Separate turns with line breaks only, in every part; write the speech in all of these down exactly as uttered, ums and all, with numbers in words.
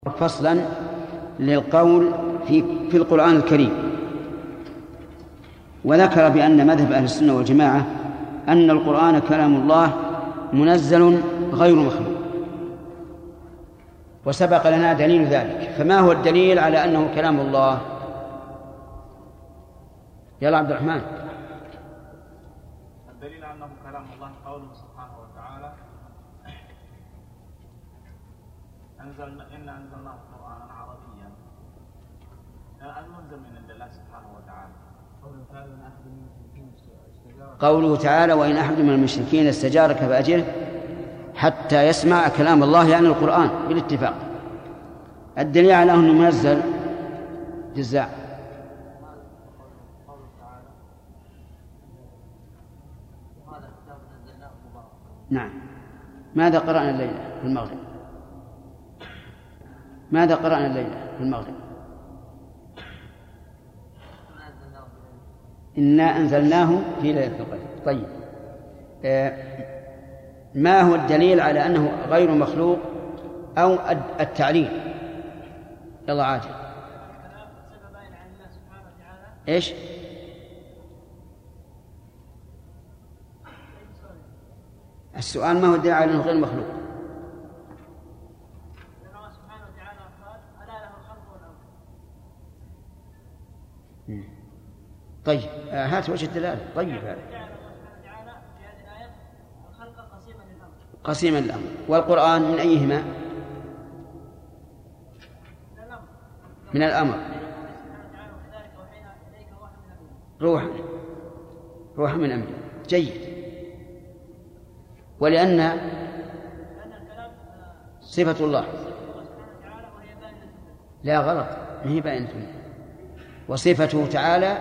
فصلا للقول في في القرآن الكريم، وذكر بأن مذهب أهل السنة والجماعة أن القرآن كلام الله منزل غير مخلوق، وسبق لنا دليل ذلك. فما هو الدليل على أنه كلام الله؟ يلا عبد الرحمن.
الدليل على أنه كلام الله قوله سبحانه وتعالى: أنزلنا إنا أنزلناه قرآنا عربيا. المنزل من عند الله سبحانه وتعالى.
قوله تعالى: وإن أحد من المشركين استجارك فأجره حتى يسمع كلام الله، يعني القرآن بالاتفاق. الدليل على أنه منزل جزاء. نعم. ماذا قرأنا الليلة في المغرب؟ ماذا قرأنا الليلة في المغرب؟ إنا أنزلناه في ليلة القدر. طيب، آه ما هو الدليل على أنه غير مخلوق أو التعليل؟ يلا عاجل. إيش؟ السؤال ما هو الدليل على أنه غير مخلوق؟ طيب، هات وجه الدلالة. طيب، هذا قسيما للأمر. والقرآن من أيهما؟ من الأمر. روح روح من أمر. جيد. ولأن صفة الله لا غلط، ما هي باينة. وصفته تعالى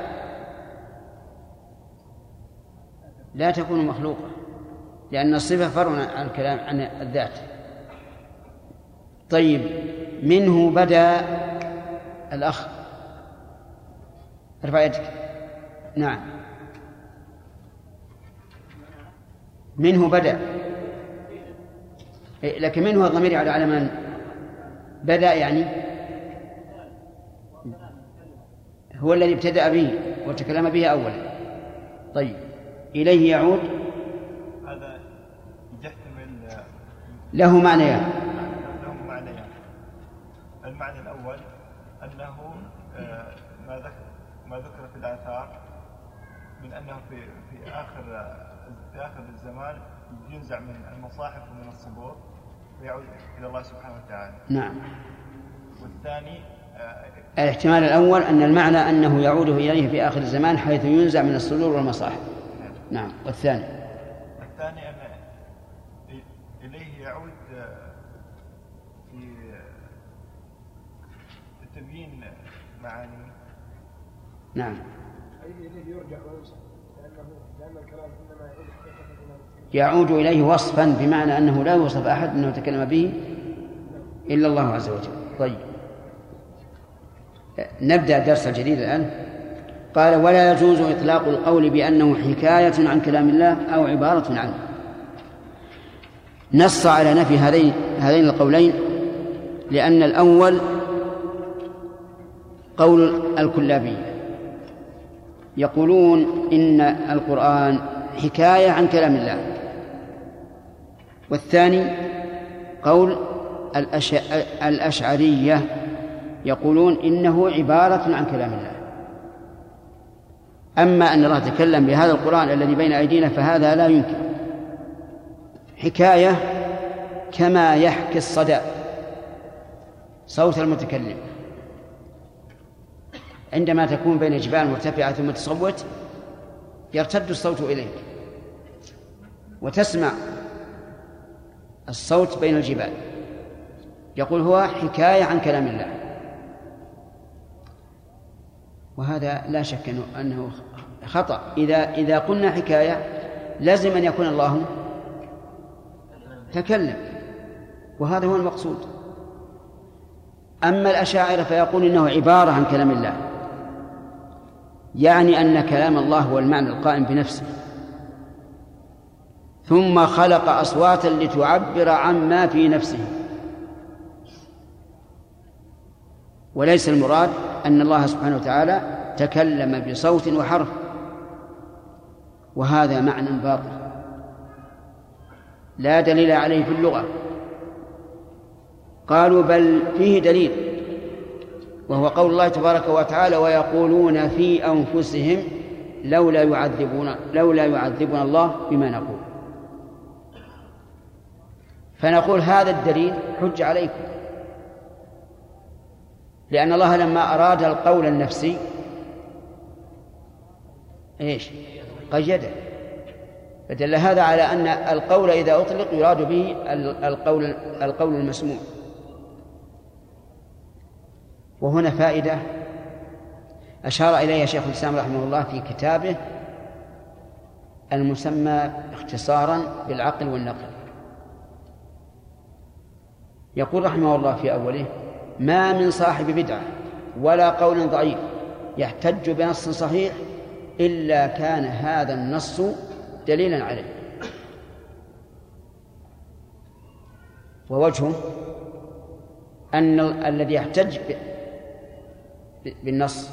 لا تكون مخلوقة، لأن الصفة فرع عن الكلام عن الذات. طيب، منه بدأ الأخ. ارفع يدك. نعم، منه بدأ، لكن منه الضمير على على من بدأ، يعني هو الذي ابتدأ به وتكلم به أولا. طيب، إليه يعود.
هذا يحتمل
له معنيان.
له معنيان. المعنى الأول أنه ما ذكر ما ذكر في الآثار من أنه في في آخر في آخر الزمان ينزع من المصاحف ومن الصدور ويعود إلى الله سبحانه وتعالى.
نعم.
والثاني
الاحتمال الأول أن المعنى أنه يعود إليه في آخر الزمان حيث ينزع من الصدور والمصاحف. نعم. والثاني
الثاني أن إليه يعود في تبيين معاني.
نعم.
إليه يرجع ويوصف، لأن الكلام إنما يعود
يعود إليه وصفا، بمعنى أنه لا يوصف أحد أنه تكلم به إلا الله عز وجل. طيب، نبدأ الدرس الجديد الآن. قال: ولا يجوز إطلاق القول بأنه حكاية عن كلام الله أو عبارة عنه. نص على نفي هذين هذين القولين، لأن الأول قول الكلابية، يقولون إن القرآن حكاية عن كلام الله. والثاني قول الأشعرية، يقولون إنه عبارة عن كلام الله. أما أن الله تكلم بهذا القرآن الذي بين أيدينا فهذا لا يمكن. حكاية كما يحكي الصدى صوت المتكلم، عندما تكون بين جبال مرتفعة ثم تصوت يرتد الصوت إليك وتسمع الصوت بين الجبال. يقول هو حكاية عن كلام الله، وهذا لا شك أنه خطأ. إذا إذا قلنا حكاية لازم أن يكون الله تكلم، وهذا هو المقصود. أما الأشاعرة فيقول إنه عبارة عن كلام الله، يعني أن كلام الله هو المعنى القائم بنفسه، ثم خلق أصواتا لتعبر عما في نفسه. وليس المراد أن الله سبحانه وتعالى تكلم بصوت وحرف، وهذا معنى باطل لا دليل عليه في اللغة. قالوا بل فيه دليل، وهو قول الله تبارك وتعالى: ويقولون في أنفسهم لولا يعذبون لولا يعذبنا الله بما نقول. فنقول هذا الدليل حج عليكم، لأن الله لما أراد القول النفسي إيش؟ قيده، فدل هذا على أن القول إذا أطلق يراد به القول القول المسموع. وهنا فائدة أشار إليها شيخ الإسلام رحمه الله في كتابه المسمى اختصارا بالعقل والنقل. يقول رحمه الله في أوله: ما من صاحب بدعة ولا قول ضعيف يحتج بنص صحيح إلا كان هذا النص دليلا عليه. ووجهه أن الذي يحتج بالنص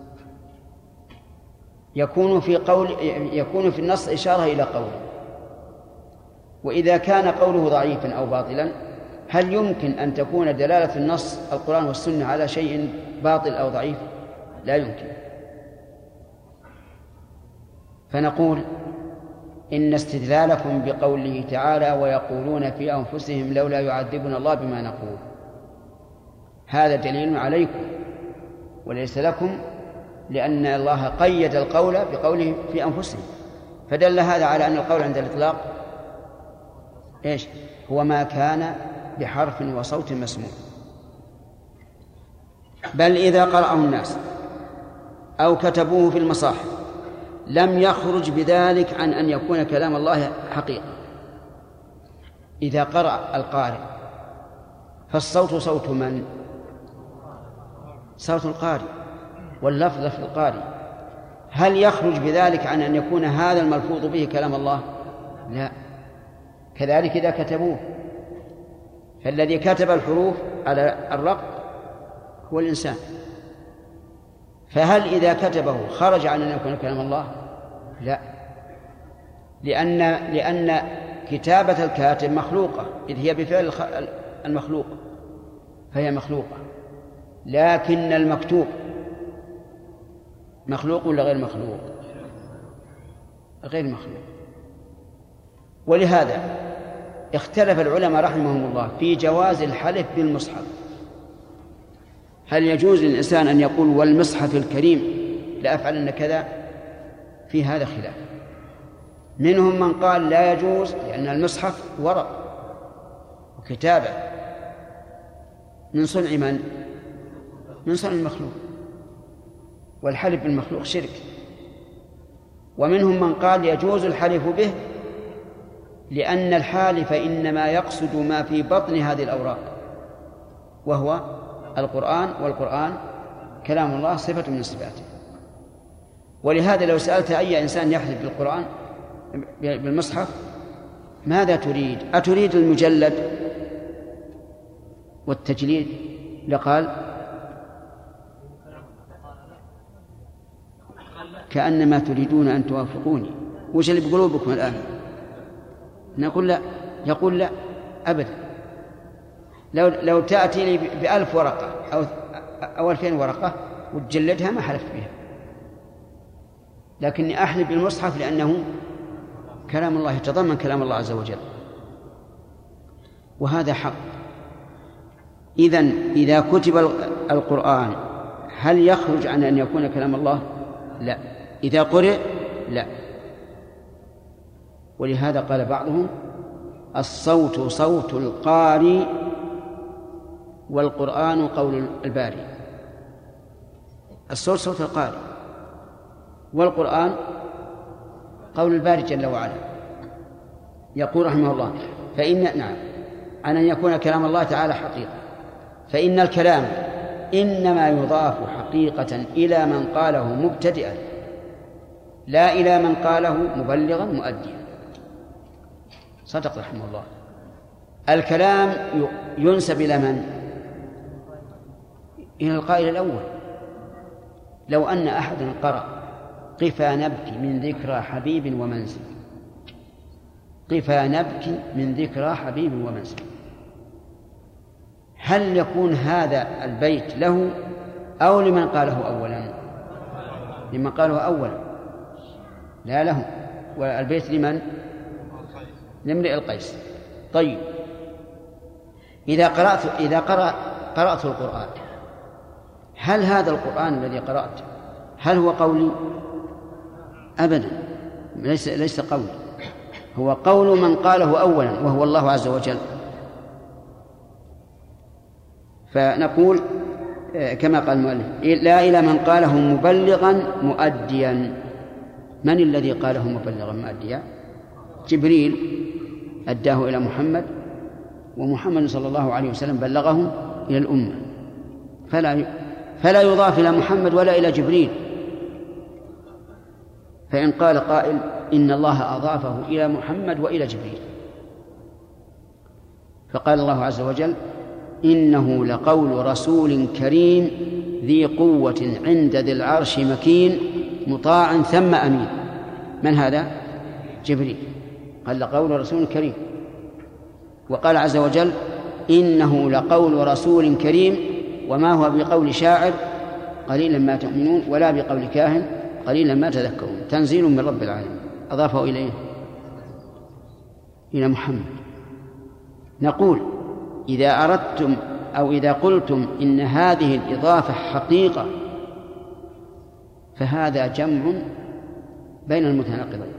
يكون في قول يكون في النص إشارة إلى قوله، وإذا كان قوله ضعيفا أو باطلا هل يمكن أن تكون دلالة النص القرآن والسنة على شيء باطل أو ضعيف؟ لا يمكن. فنقول إن استدلالكم بقوله تعالى: ويقولون في أنفسهم لولا يعذبنا الله بما نقول، هذا دليل عليكم وليس لكم، لأن الله قيد القول بقوله في أنفسهم، فدل هذا على أن القول عند الإطلاق إيش؟ هو ما كان بحرف وصوت مسموع. بل إذا قرأه الناس أو كتبوه في المصاحف لم يخرج بذلك عن أن يكون كلام الله حقيقة. إذا قرأ القارئ فالصوت صوت من؟ صوت القارئ، واللفظ في القارئ. هل يخرج بذلك عن أن يكون هذا الملفوظ به كلام الله؟ لا. كذلك إذا كتبوه، فالذي كتب الحروف على الرق هو الإنسان، فهل إذا كتبه خرج عن أن يكون كلام الله؟ لا، لأن لأن كتابة الكاتب مخلوقة، إذ هي بفعل المخلوق فهي مخلوقة، لكن المكتوب مخلوق ولا غير مخلوق؟ غير مخلوق. ولهذا اختلف العلماء رحمهم الله في جواز الحلف بالمصحف. هل يجوز للإنسان أن يقول والمصحف الكريم لأفعلن كذا؟ في هذا خلاف. منهم من قال لا يجوز، لأن المصحف ورق وكتابة من صنع من؟ من صنع المخلوق، والحلف بالمخلوق شرك. ومنهم من قال يجوز الحلف به، لأن الحالف إنما يقصد ما في بطن هذه الأوراق وهو القرآن، والقرآن كلام الله صفة من صفاته. ولهذا لو سألت أي إنسان يحلف بالقرآن بالمصحف ماذا تريد؟ أتريد المجلد والتجليد؟ لقال كأنما تريدون أن توافقوني، وش اللي بقلوبكم الآن؟ نقول لا. يقول لا أبدا. لو لو تأتي لي بألف ورقة أو أو ألفين ورقة وتجلدها ما حلفت بها، لكني أحلف بالمصحف لأنه كلام الله، يتضمن كلام الله عز وجل، وهذا حق. إذن إذا كتب القرآن هل يخرج عن أن يكون كلام الله؟ لا. إذا قرئ لا. ولهذا قال بعضهم الصوت صوت القارئ والقرآن قول الباري. الصوت صوت القارئ والقرآن قول الباري جل وعلا. يقول رحمه الله فإن نعم عن أن يكون كلام الله تعالى حقيقة، فإن الكلام إنما يضاف حقيقة إلى من قاله مبتدئا لا إلى من قاله مبلغا مؤديا. صدق رحمه الله. الكلام ينسب إلى من؟ إلى القائل الأول. لو أن أحدا قرأ قفا نبكي من ذكرى حبيب ومنزل، قفا نبكي من ذكرى حبيب ومنزل، هل يكون هذا البيت له أو لمن قاله أولا؟ لمن قاله أولا، لا له، والبيت لمن؟ لامرئ القيس. طيب، إذا قرأت إذا قرأ قرأت القرآن، هل هذا القرآن الذي قرأت هل هو قولي؟ أبدا، ليس ليس قولي، هو قول من قاله أولا وهو الله عز وجل. فنقول كما قال المؤلف: لا إلى من قاله مبلغا مؤديا. من الذي قاله مبلغا مؤديا؟ جبريل أداه إلى محمد، ومحمد صلى الله عليه وسلم بلغه إلى الأمة، فلا فلا يضاف إلى محمد ولا إلى جبريل. فإن قال قائل إن الله أضافه إلى محمد وإلى جبريل، فقال الله عز وجل: إنه لقول رسول كريم ذي قوة عند ذي العرش مكين مطاع ثم أمين. من هذا؟ جبريل. قال لقول رسول كريم. وقال عز وجل: إنه لقول رسول كريم وما هو بقول شاعر قليلا ما تؤمنون ولا بقول كاهن قليلا ما تذكرون تنزيل من رب العالمين. أضافه إليه إلى محمد. نقول: إذا أردتم أو إذا قلتم إن هذه الإضافة حقيقة فهذا جمع بين المتناقضين،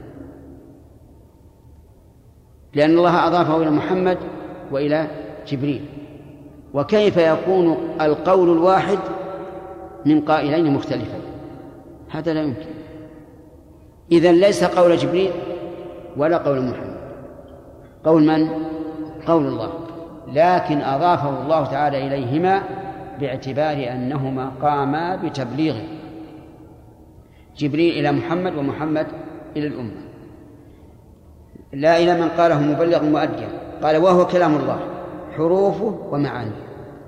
لأن الله أضافه إلى محمد وإلى جبريل، وكيف يكون القول الواحد من قائلين مختلفين؟ هذا لا يمكن. إذن ليس قول جبريل ولا قول محمد، قول من؟ قول الله، لكن أضافه الله تعالى إليهما باعتبار أنهما قاما بتبليغه، جبريل إلى محمد ومحمد إلى الأمة. لا إلى من قاله مبلغ مؤديا. قال: وهو كلام الله حروفه ومعانيه.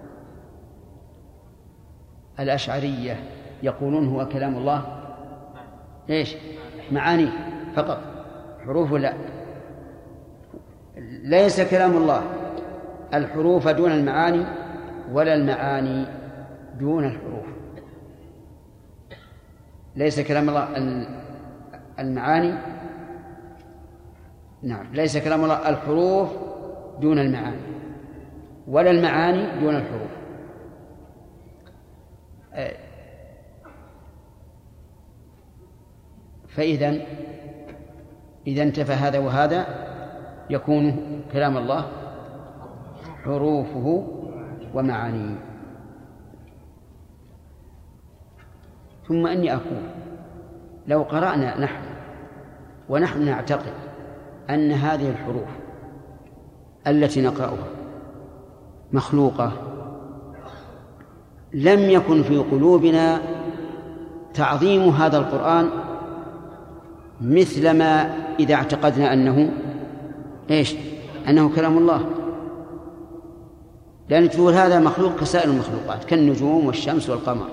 الأشعرية يقولون هو كلام الله إيش؟ معانيه فقط، حروفه لا، ليس كلام الله الحروف دون المعاني ولا المعاني دون الحروف. ليس كلام الله المعاني نعم ليس كلام الله الحروف دون المعاني ولا المعاني دون الحروف. فإذا إذا انتفى هذا وهذا يكون كلام الله حروفه ومعانيه. ثم إني أقول: لو قرأنا نحن ونحن نعتقد أن هذه الحروف التي نقرأها مخلوقة، لم يكن في قلوبنا تعظيم هذا القرآن مثلما إذا اعتقدنا أنه إيش؟ أنه كلام الله. لأن تقول هذا مخلوق كسائر المخلوقات كالنجوم والشمس والقمر،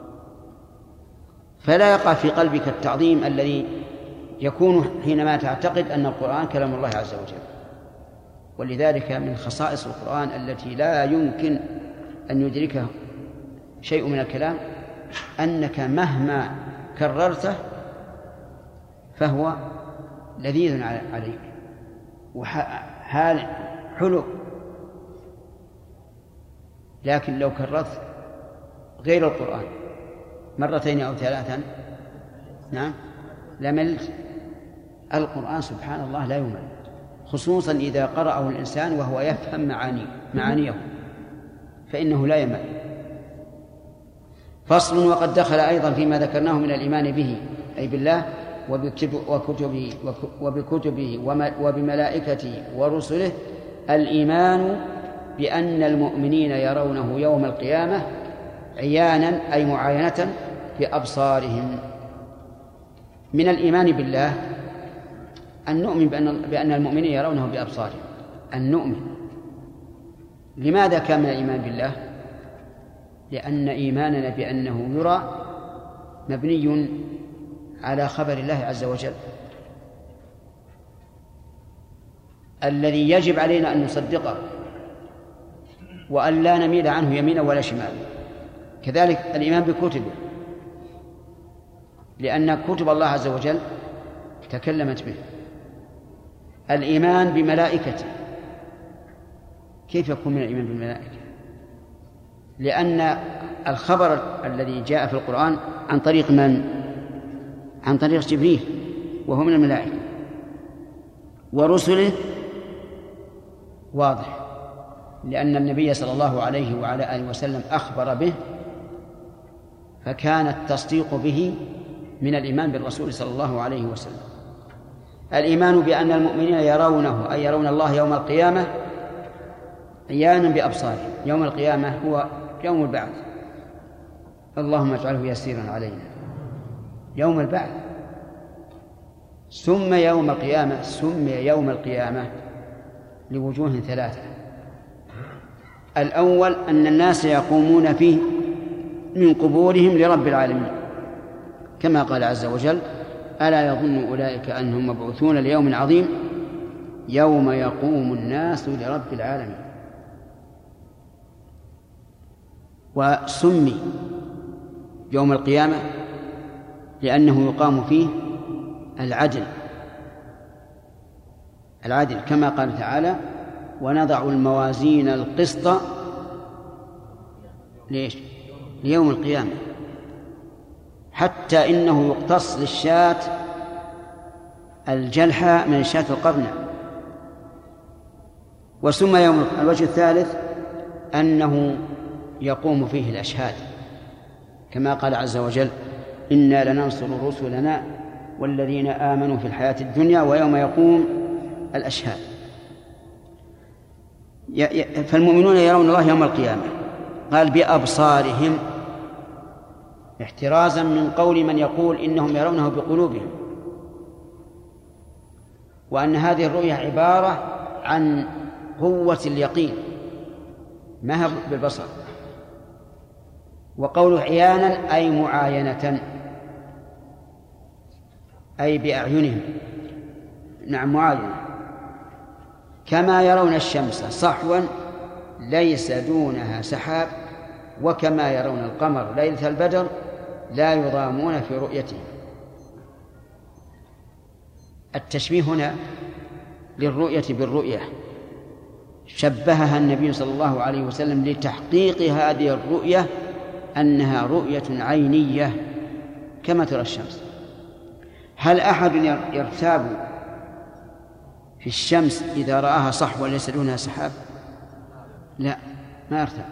فلا يقع في قلبك التعظيم الذي يكون حينما تعتقد أن القرآن كلام الله عز وجل. ولذلك من خصائص القرآن التي لا يمكن أن يدركه شيء من الكلام أنك مهما كررته فهو لذيذ عليك وحال حلو، لكن لو كررت غير القرآن مرتين أو ثلاثا نعم لملت. القرآن سبحان الله لا يمل، خصوصا إذا قرأه الإنسان وهو يفهم معانيه معانيه فإنه لا يمل. فصل: وقد دخل أيضا فيما ذكرناه من الإيمان به أي بالله وكتبه وبكتبه وبملائكته ورسله الإيمان بأن المؤمنين يرونه يوم القيامة عيانا أي معاينة بأبصارهم. من الإيمان بالله أن نؤمن بأن, بأن المؤمنين يرونه بأبصارهم، أن نؤمن. لماذا كان من الإيمان بالله؟ لأن إيماننا بأنه يرى مبني على خبر الله عز وجل الذي يجب علينا أن نصدقه وأن لا نميل عنه يمينا ولا شمالا. كذلك الإيمان بكتبه، لأن كتب الله عز وجل تكلمت به. الإيمان بملائكته، كيف يكون من الإيمان بالملائكة؟ لأن الخبر الذي جاء في القرآن عن طريق من؟ عن طريق جبريل وهو من الملائكة. ورسله واضح، لأن النبي صلى الله عليه وعلى آله وسلم أخبر به، فكان التصديق به من الإيمان بالرسول صلى الله عليه وسلم. الإيمان بأن المؤمنين يرونه، أي يرون الله يوم القيامة عيانا بأبصارهم. يوم القيامة هو يوم البعث، اللهم اجعله يسيرا علينا. يوم البعث ثم يوم القيامة، سمي يوم القيامة لوجوه ثلاثة. الأول أن الناس يقومون فيه من قبورهم لرب العالمين، كما قال عز وجل: ألا يظن أولئك أنهم مبعوثون ليوم عظيم يوم يقوم الناس لرب العالمين. وسمي يوم القيامة لأنه يقام فيه العدل العدل كما قال تعالى: ونضع الموازين القسط ليش؟ ليوم القيامة، حتى إنه يقتص للشاة الجلحة من الشاة القرنة. وسمى يوم الوجه الثالث أنه يقوم فيه الأشهاد، كما قال عز وجل: إنا لننصر رسلنا والذين آمنوا في الحياة الدنيا ويوم يقوم الأشهاد. فالمؤمنون يرون الله يوم القيامة، قال بأبصارهم، احترازا من قول من يقول إنهم يرونه بقلوبهم، وأن هذه الرؤية عبارة عن قوة اليقين ما هي بالبصر. وقول عيانا أي معاينة، أي بأعينهم، نعم معاينة. كما يرون الشمس صحوا ليس دونها سحاب، وكما يرون القمر ليلة البدر لا يضامون في رؤيته. التشبيه هنا للرؤية بالرؤية، شبهها النبي صلى الله عليه وسلم لتحقيق هذه الرؤية أنها رؤية عينية كما ترى الشمس. هل أحد يرتاب في الشمس إذا رآها صحوا وليس دونها سحاب؟ لا، ما يرتاب.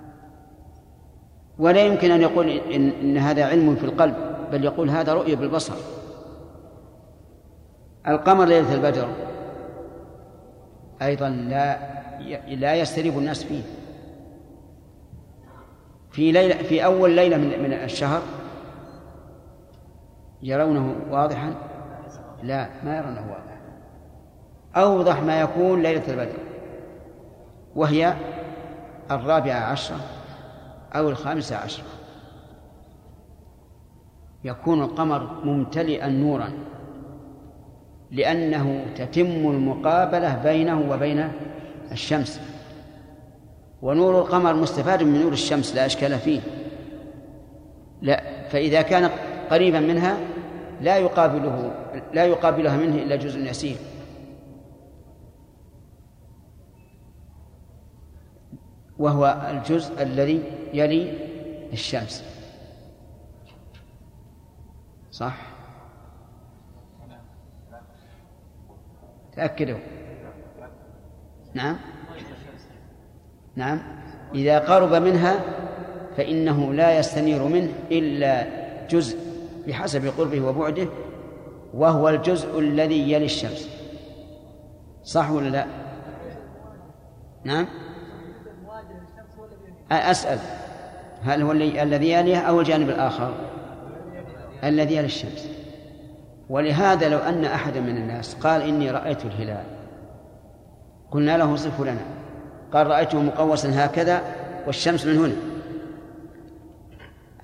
ولا يمكن أن يقول إن, إن هذا علم في القلب، بل يقول هذا رؤية بالبصر. القمر ليلة البدر أيضا لا لا يستريب الناس فيه. في ليلة في أول ليلة من من الشهر يرونه واضحا؟ لا، ما يرونه واضحا. أوضح ما يكون ليلة البدر، وهي الرابعة عشرة أو الخامسة عشرة، يكون القمر ممتلئا نورا، لأنه تتم المقابلة بينه وبين الشمس. ونور القمر مستفاد من نور الشمس لا إشكال فيه، لا، فإذا كان قريبا منها لا يقابله لا يقابلها منه إلا جزء يسير. وهو الجزء الذي يلي الشمس، صح؟ تأكدوا. نعم نعم إذا قرب منها فإنه لا يستنير منه إلا جزء بحسب قربه وبعده، وهو الجزء الذي يلي الشمس، صح ولا لا؟ نعم. أسأل هل هو الذي يليه أو الجانب الآخر؟ الذي يلي الشمس. ولهذا لو أن أحد من الناس قال إني رأيت الهلال، قلنا له صف لنا، قال رأيته مقوسا هكذا والشمس من هنا،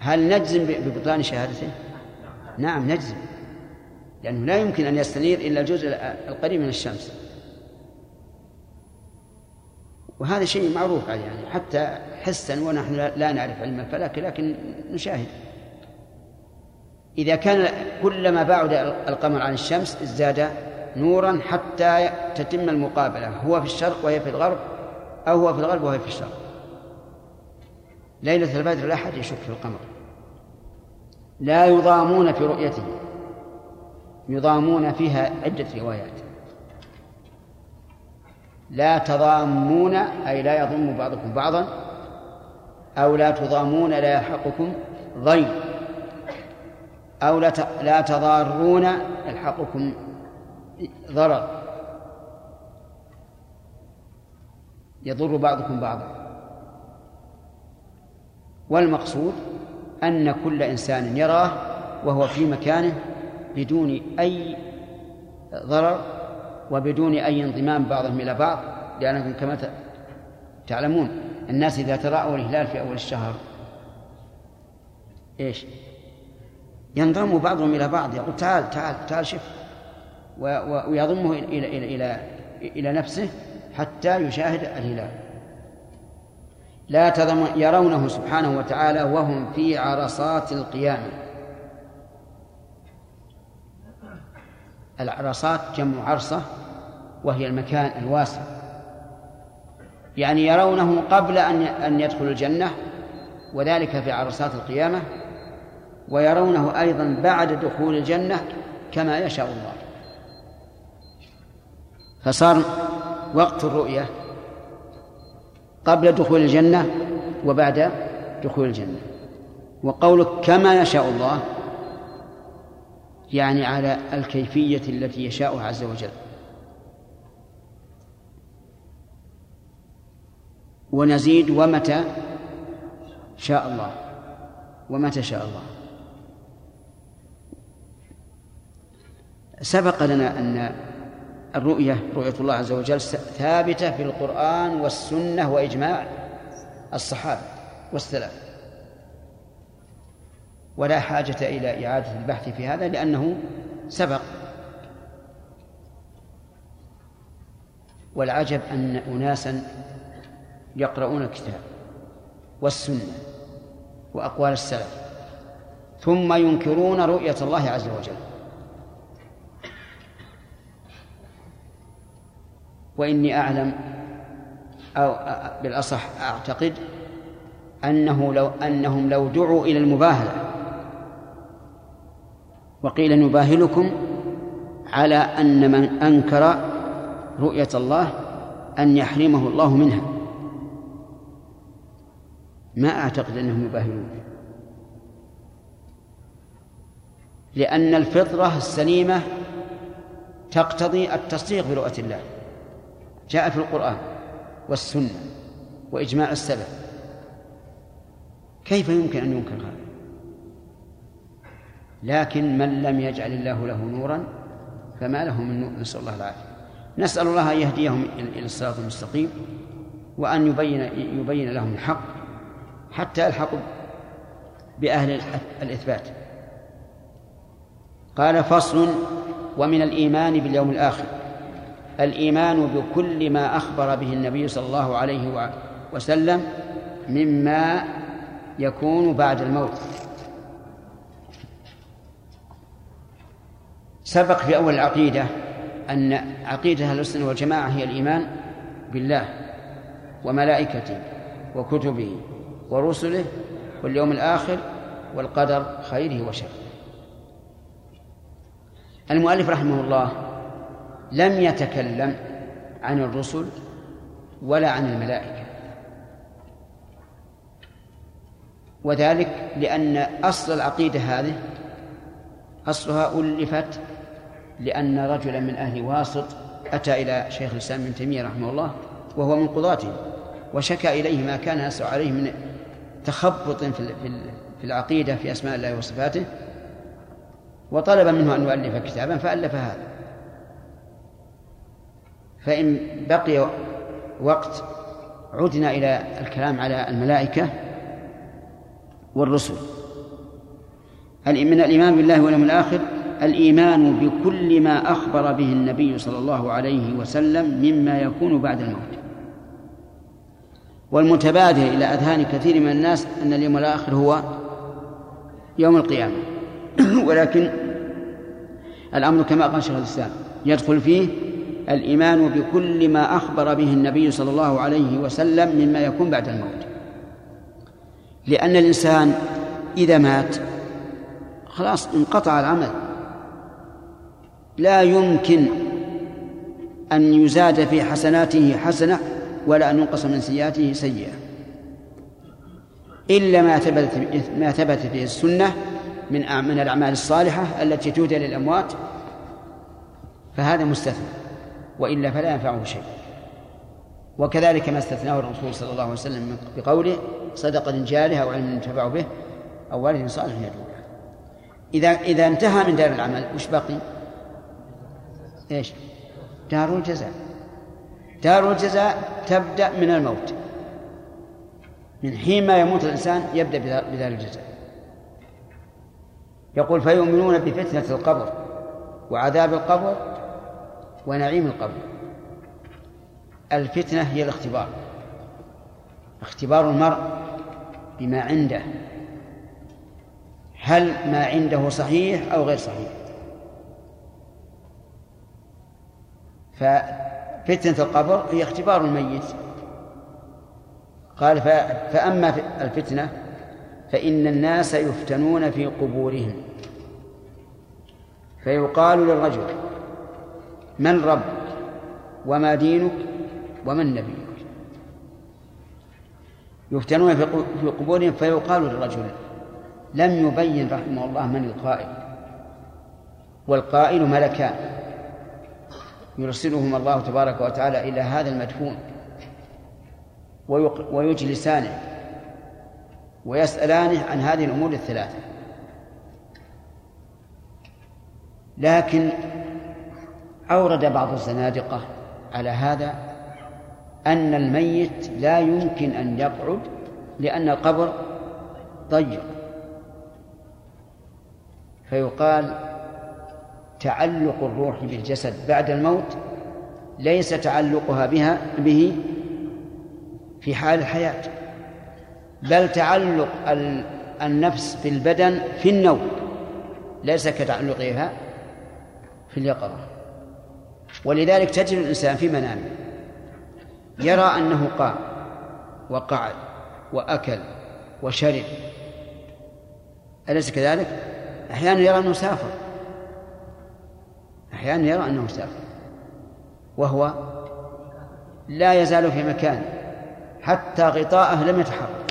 هل نجزم ببطلان شهادته؟ نعم نجزم، لأنه لا يمكن أن يستنير إلا الجزء القريب من الشمس، وهذا شيء معروف يعني حتى حسا، ونحن لا نعرف علم الفلك لكن نشاهد. إذا كان كلما بعد القمر عن الشمس ازداد نورا حتى تتم المقابلة، هو في الشرق وهي في الغرب، أو هو في الغرب وهي في الشرق. ليلة البدر لا أحد يشك في القمر، لا يضامون في رؤيته، يضامون فيها عدة روايات. لا تضامون أي لا يضم بعضكم بعضا، أو لا تضامون لا يلحقكم ضيم، أو لا تضارون يلحقكم ضرر، يضر بعضكم بعضا. والمقصود أن كل إنسان يراه وهو في مكانه بدون أي ضرر وبدون أي انضمام بعضهم إلى بعض، لأنكم كما تعلمون الناس إذا تراءوا الهلال في أول الشهر إيش ينضم بعضهم إلى بعض، يقول تعال تعال تعال شف، ويضمه إلى إلى إلى إلى نفسه حتى يشاهد الهلال. لا تضم يرونه سبحانه وتعالى وهم في عرصات القيامة. العرصات جمع عرصة، وهي المكان الواسع، يعني يرونه قبل أن أن يدخل الجنة، وذلك في عرصات القيامة، ويرونه أيضا بعد دخول الجنة كما يشاء الله. فصار وقت الرؤية قبل دخول الجنة وبعد دخول الجنة. وقولك كما يشاء الله يعني على الكيفية التي يشاء عز وجل. ونزيد ومتى شاء الله، ومتى شاء الله. سبق لنا أن الرؤية رؤية الله عز وجل ثابتة في القرآن والسنة وإجماع الصحابة والسلف، ولا حاجة إلى إعادة البحث في هذا لأنه سبق. والعجب أن أناسا يقرؤون الكتاب والسنة وأقوال السلف ثم ينكرون رؤية الله عز وجل. وإني أعلم أو بالأصح أعتقد أنه لو أنهم لو دعوا إلى المباهلة وقيل نباهلكم على أن من أنكر رؤية الله أن يحرمه الله منها، ما أعتقد أنهم يباهلون، لأن الفطرة السليمة تقتضي التصديق برؤية الله، جاء في القرآن والسنة وإجماع السلف، كيف يمكن أن ينكر هذا؟ لكن من لم يجعل الله له نورا فما له من نور، نسأل الله العافية. نسأل الله أن يهديهم إلى الصراط المستقيم، وأن يبين يبين لهم الحق حتى يلحقوا بأهل الإثبات. قال فصل: ومن الإيمان باليوم الآخر الإيمان بكل ما أخبر به النبي صلى الله عليه وسلم مما يكون بعد الموت. سبق في أول العقيدة أن عقيدة أهل السنة والجماعة هي الإيمان بالله وملائكته وكتبه ورسله واليوم الآخر والقدر خيره وشره. المؤلف رحمه الله لم يتكلم عن الرسل ولا عن الملائكة، وذلك لأن أصل العقيدة هذه أصلها ألفت لأن رجلا من أهل واسط أتى إلى شيخ الإسلام ابن تيمية رحمه الله وهو من قضاته، وشكى إليه ما كان يسعى عليه من تخبط في العقيدة في أسماء الله وصفاته، وطلب منه أن يؤلف كتابا فألف هذا. فإن بقي وقت عدنا إلى الكلام على الملائكة والرسل. من الإيمان بالله واليوم الآخر الإيمان بكل ما أخبر به النبي صلى الله عليه وسلم مما يكون بعد الموت. والمتبادر إلى أذهان كثير من الناس أن اليوم الآخر هو يوم القيامة ولكن الأمر كما قال شيخ الإسلام يدخل فيه الإيمان بكل ما أخبر به النبي صلى الله عليه وسلم مما يكون بعد الموت، لأن الإنسان إذا مات خلاص انقطع العمل، لا يمكن أن يزاد في حسناته حسنة ولا أن ينقص من سيئاته سيئة إلا ما ثبت ما ثبت في السنة من من الأعمال الصالحة التي تهدى للأموات، فهذا مستثنى، وإلا فلا ينفعه شيء. وكذلك ما استثناه الرسول صلى الله عليه وسلم بقوله صدقة جارية أو علم ينتفع به أو والد صالح يدعو له. إذا إذا انتهى من دار العمل وش بقي؟ إيش؟ دار الجزاء. دار الجزاء تبدأ من الموت، من حين ما يموت الإنسان يبدأ بدار الجزاء. يقول فيؤمنون بفتنة القبر وعذاب القبر ونعيم القبر. الفتنة هي الاختبار، اختبار المرء بما عنده، هل ما عنده صحيح أو غير صحيح. ففتنة القبر هي اختبار الميت. قال فأما الفتنة فإن الناس يفتنون في قبورهم فيقال للرجل من ربك وما دينك ومن نبيك. يفتنون في قبورهم فيقال للرجل، لم يبين رحمه الله من القائل، والقائل ملكان يرسلهما الله تبارك وتعالى إلى هذا المدفون ويجلسانه ويسألانه عن هذه الأمور الثلاثة. لكن أورد بعض الزنادقة على هذا أن الميت لا يمكن أن يقعد لأن القبر ضيق، فيقال تعلق الروح بالجسد بعد الموت ليس تعلقها بها به في حال الحياة، بل تعلق النفس بالبدن في النوم ليس كتعلقها في اليقظة. ولذلك تجد الإنسان في منامه يرى أنه قام وقعد وأكل وشرب، أليس كذلك؟ أحيانا يرى أنه سافر، أحيانا يرى أنه سافر وهو لا يزال في مكانه حتى غطاءه لم يتحرك.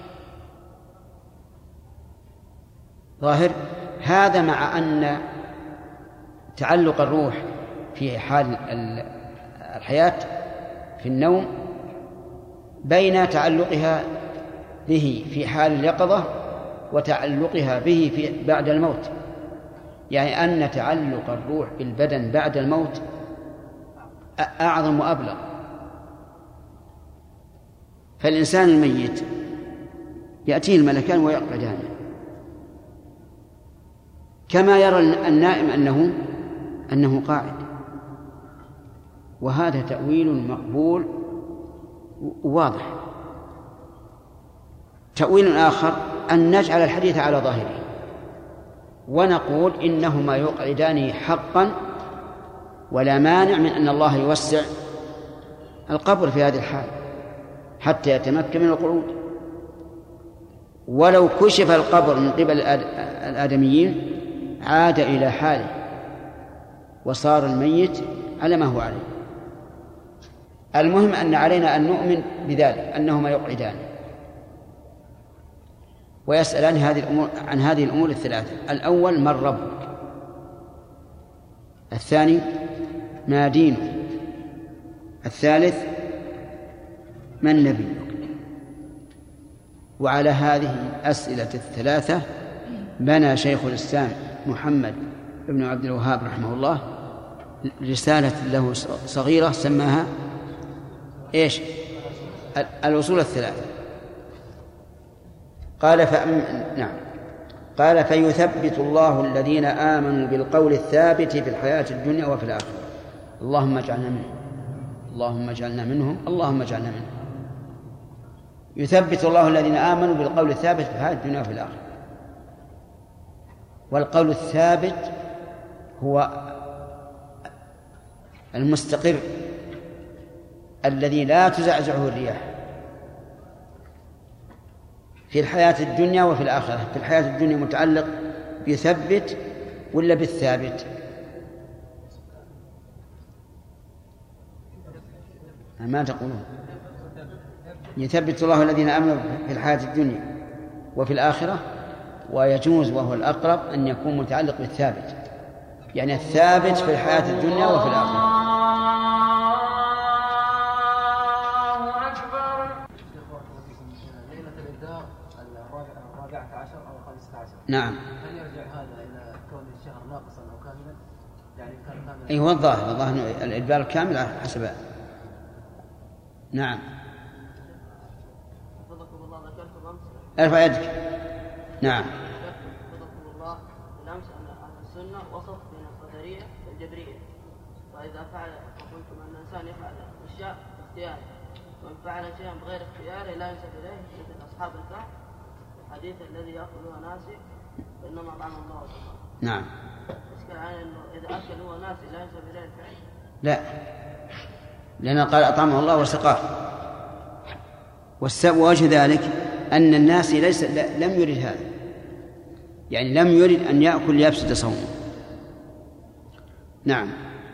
ظاهر هذا مع أن تعلق الروح في حال الحياة في النوم بين تعلقها به في حال اليقظة وتعلقها به في بعد الموت، يعني أن تعلق الروح بالبدن بعد الموت أعظم وأبلغ. فالإنسان الميت يأتيه الملكان ويقعدان كما يرى النائم أنه أنه قاعد، وهذا تأويل مقبول واضح. تأويل آخر أن نجعل الحديث على ظاهره ونقول إنهما يقعدان حقا، ولا مانع من أن الله يوسع القبر في هذه الحال حتى يتمكن من القعود. ولو كشف القبر من قبل الآدميين عاد إلى حاله وصار الميت على ما هو عليه. المهم أن علينا أن نؤمن بذلك أنهما يقعدان ويسألان هذه الأمور عن هذه الأمور الثلاثة. الأول من ربك، الثاني ما دينك، الثالث من نبيك. وعلى هذه الأسئلة الثلاثة بنى شيخ الإسلام محمد بن عبد الوهاب رحمه الله رسالة له صغيرة سماها إيش؟ الأصول الثلاثة. قال فأم... نعم قال فيثبت الله الذين آمنوا بالقول الثابت في الحياة الدنيا وفي الآخرة. اللهم اجعلنا منهم، اللهم اجعلنا منهم، اللهم اجعلنا منهم. يثبت الله الذين آمنوا بالقول الثابت في الحياة الدنيا وفي الآخرة. والقول الثابت هو المستقر الذي لا تزعزعه الرياح في الحياة الدنيا وفي الآخرة. في الحياة الدنيا متعلق بيثبت ولا بالثابت؟ ما تقولون؟ يثبت الله الذين آمنوا في الحياة الدنيا وفي الآخرة، ويجوز وهو الأقرب أن يكون متعلق بالثابت، يعني الثابت في الحياة الدنيا وفي الآخرة. نعم.
هل يرجع هذا إلى كون الشهر ناقصا أو كاملا؟ يعني كان كاملا.
أي هو الظاهر، الظاهر الإدبار الكامل على حسب. نعم.
فضلكم الله ذكرتم أمس.
ارفع يدك. نعم.
فضلكم الله بالأمس أن أهل السنة وسط بين القدرية والجبرية، وإذا فعل فقلتم أن الإنسان يفعل الأشياء باختياره، وإن فعل شيئا بغير اختياره لا ينسب إليه، مثل أصحاب الكهف الحديث الذي يأكلها ناسي فإنما طعم الله وسقاه.
نعم.
إشكال على أنه إذا أكل هو ناسي لا ينسب إليه الفعل.
لا، لأن قال أطعمه الله وسقاه. والسبب وجه ذلك أن الناس ليس لم يرد هذا، يعني لم يرد أن يأكل ليفسد صومه. نعم.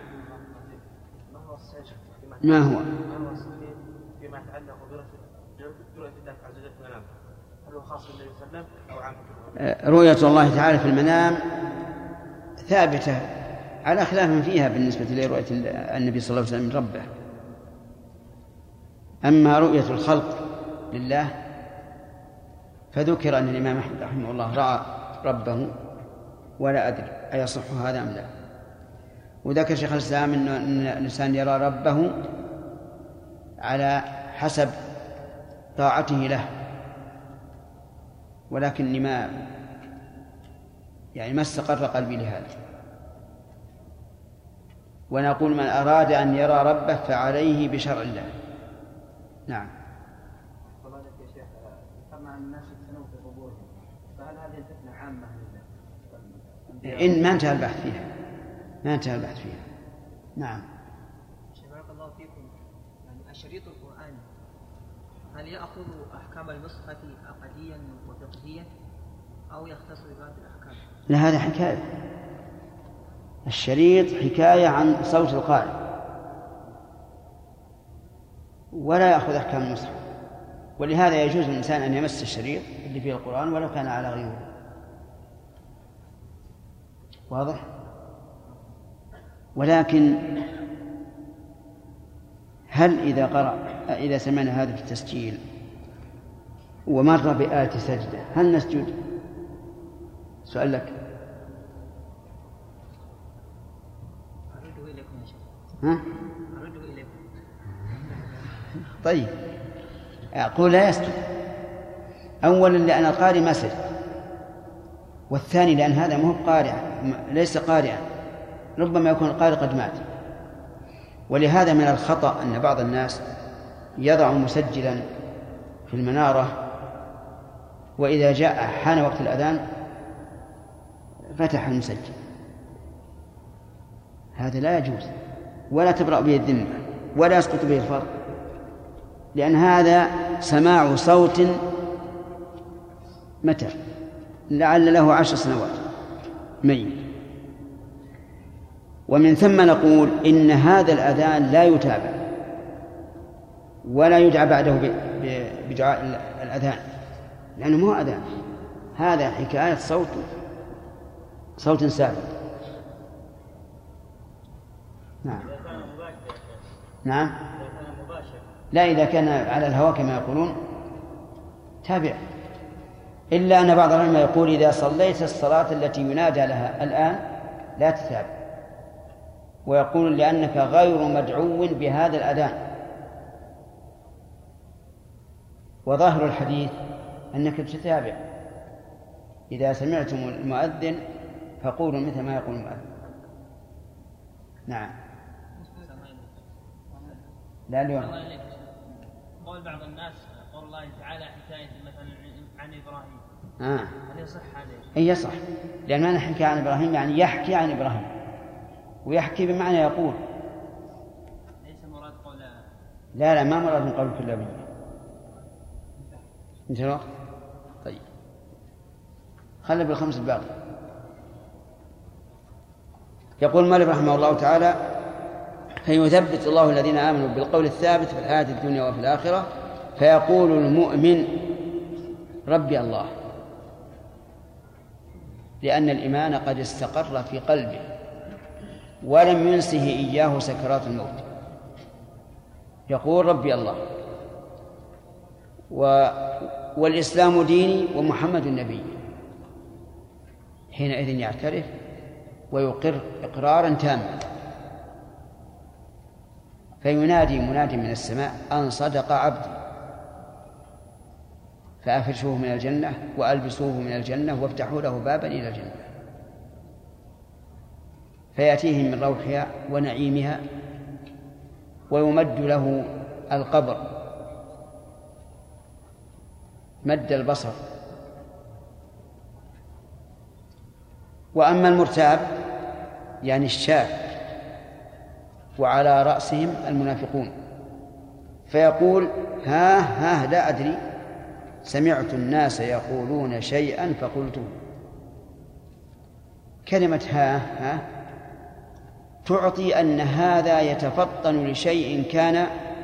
ما هو؟
ما هو الصحيح فيما يتعلق برؤية الله عز وجل في المنام؟ هل هو خاص بالنبي صلى الله عليه وسلم أو عام؟
رؤية الله تعالى في المنام ثابتة على خلاف فيها بالنسبة لرؤية النبي صلى الله عليه وسلم من ربه. أما رؤية الخلق لله فذكر أن الإمام أحمد رحمه الله رأى ربه، ولا أدري أيصح هذا أم لا. وذكر شيخ الإسلام أن الإنسان يرى ربه على حسب طاعته له، ولكن ما يعني ما استقر قلبي لهذا. ونقول من أراد أن يرى ربه فعليه بشرع الله. نعم.
فضلت يا شيخ، طبعا الناس يفتنون في قبورهم، فهل هذه الفتنة عامة؟
إن ما انتهى البحث فيها، ما انتهى البحث فيها. نعم.
بارك الله فيكم. يعني الشريط القرآني هل يأخذ أحكام المصحف عقديا وفقهيا أو يختص ببعض الأحكام؟
لا، هذا حكاية. الشريط حكاية عن صوت القارئ، ولا يأخذ أحكام المصحف. ولهذا يجوز للإنسان أن يمس الشريط اللي فيه القرآن ولو كان على غيره. واضح؟ ولكن هل إذا قرأ إذا سمعنا هذا في التسجيل ومر بآية سجدة هل نسجد؟ سؤال لك.
أرده إليكم يا شيخ.
ها؟
أرده إليكم.
طيب، أقول لا يسجد. أولا لأن القارئ ما سجد، والثاني لأن هذا مو قارئ، ليس قارئا، ربما يكون القارئ قد مات. ولهذا من الخطأ أن بعض الناس يضع مسجلا في المنارة، وإذا جاء حان وقت الأذان فتح المسجل. هذا لا يجوز، ولا تبرأ به الذمة، ولا يسقط به الفرض، لأن هذا سماع صوت متى لعل له عشر سنوات ميت. ومن ثم نقول إن هذا الأذان لا يتابع ولا يدعى بعده بدعاء الأذان، لأنه مو أذان، هذا حكاية صوت صوت ثابت. نعم. نعم. لا، إذا كان على الهواء كما يقولون تابع، إلا أن بعض العلماء يقول إذا صليت الصلاة التي ينادى لها الآن لا تتابع، ويقول لأنك غير مدعو بهذا الأذان. وظاهر الحديث أنك تتابع، إذا سمعتم المؤذن فقولوا مثل ما يقول المؤذن. نعم. لا اليوم.
قول بعض الناس قول الله تعالى حكاية مثلا عن إبراهيم.
آه.
هل يصح هذا؟
إيه يصح، لأن معنى حكى عن إبراهيم يعني يحكي عن إبراهيم، ويحكي بمعنى يقول.
ليس مراد قول.
لا لا ما مراد من قول كلابي. انت الوقت؟ طيب خلنا بالخمس الباقي. يقول مالك رحمه الله تعالى: فيثبت الله الذين آمنوا بالقول الثابت في الحياة الدنيا وفي الآخرة، فيقول المؤمن ربي الله، لأن الإيمان قد استقر في قلبه ولم ينسه إياه سكرات الموت. يقول ربي الله، و... والإسلام ديني ومحمد نبي. حينئذ يعترف ويقر إقرارا تاما، فينادي منادي من السماء أن صدق عبدي، فأفرشوه من الجنة وألبسوه من الجنة وافتحوا له بابا إلى الجنة، فيأتيه من روحها ونعيمها، ويمد له القبر مد البصر. وأما المرتاب يعني الشاك وعلى رأسهم المنافقون، فيقول ها ها لا أدري، سمعت الناس يقولون شيئا فقلته. كلمة ها ها تعطي أن هذا يتفطن لشيء كان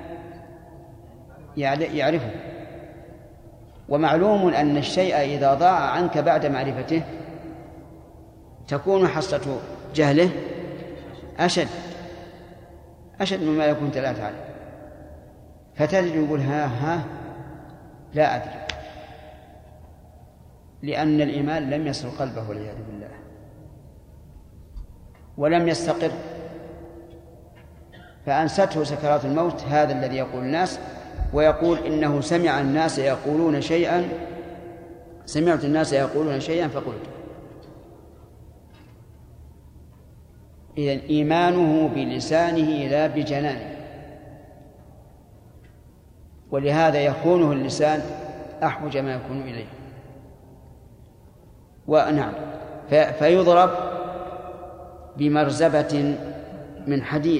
يعرفه، ومعلوم أن الشيء إذا ضاع عنك بعد معرفته تكون حصة جهله أشد أشد مما يكون لا تعلم، فتجد يقول ها ها لا أدري، لأن الإيمان لم يصل قلبه والعياذ بالله، ولم يستقر، فأنسته سكرات الموت هذا الذي يقول الناس، ويقول إنه سمع الناس يقولون شيئا، سمعت الناس يقولون شيئا فقلت. إذن إيمانه بلسانه لا بجنانه، ولهذا يخونه اللسان أحوج ما يكون إليه. ونعم فيضرب بمرزبة من حديد.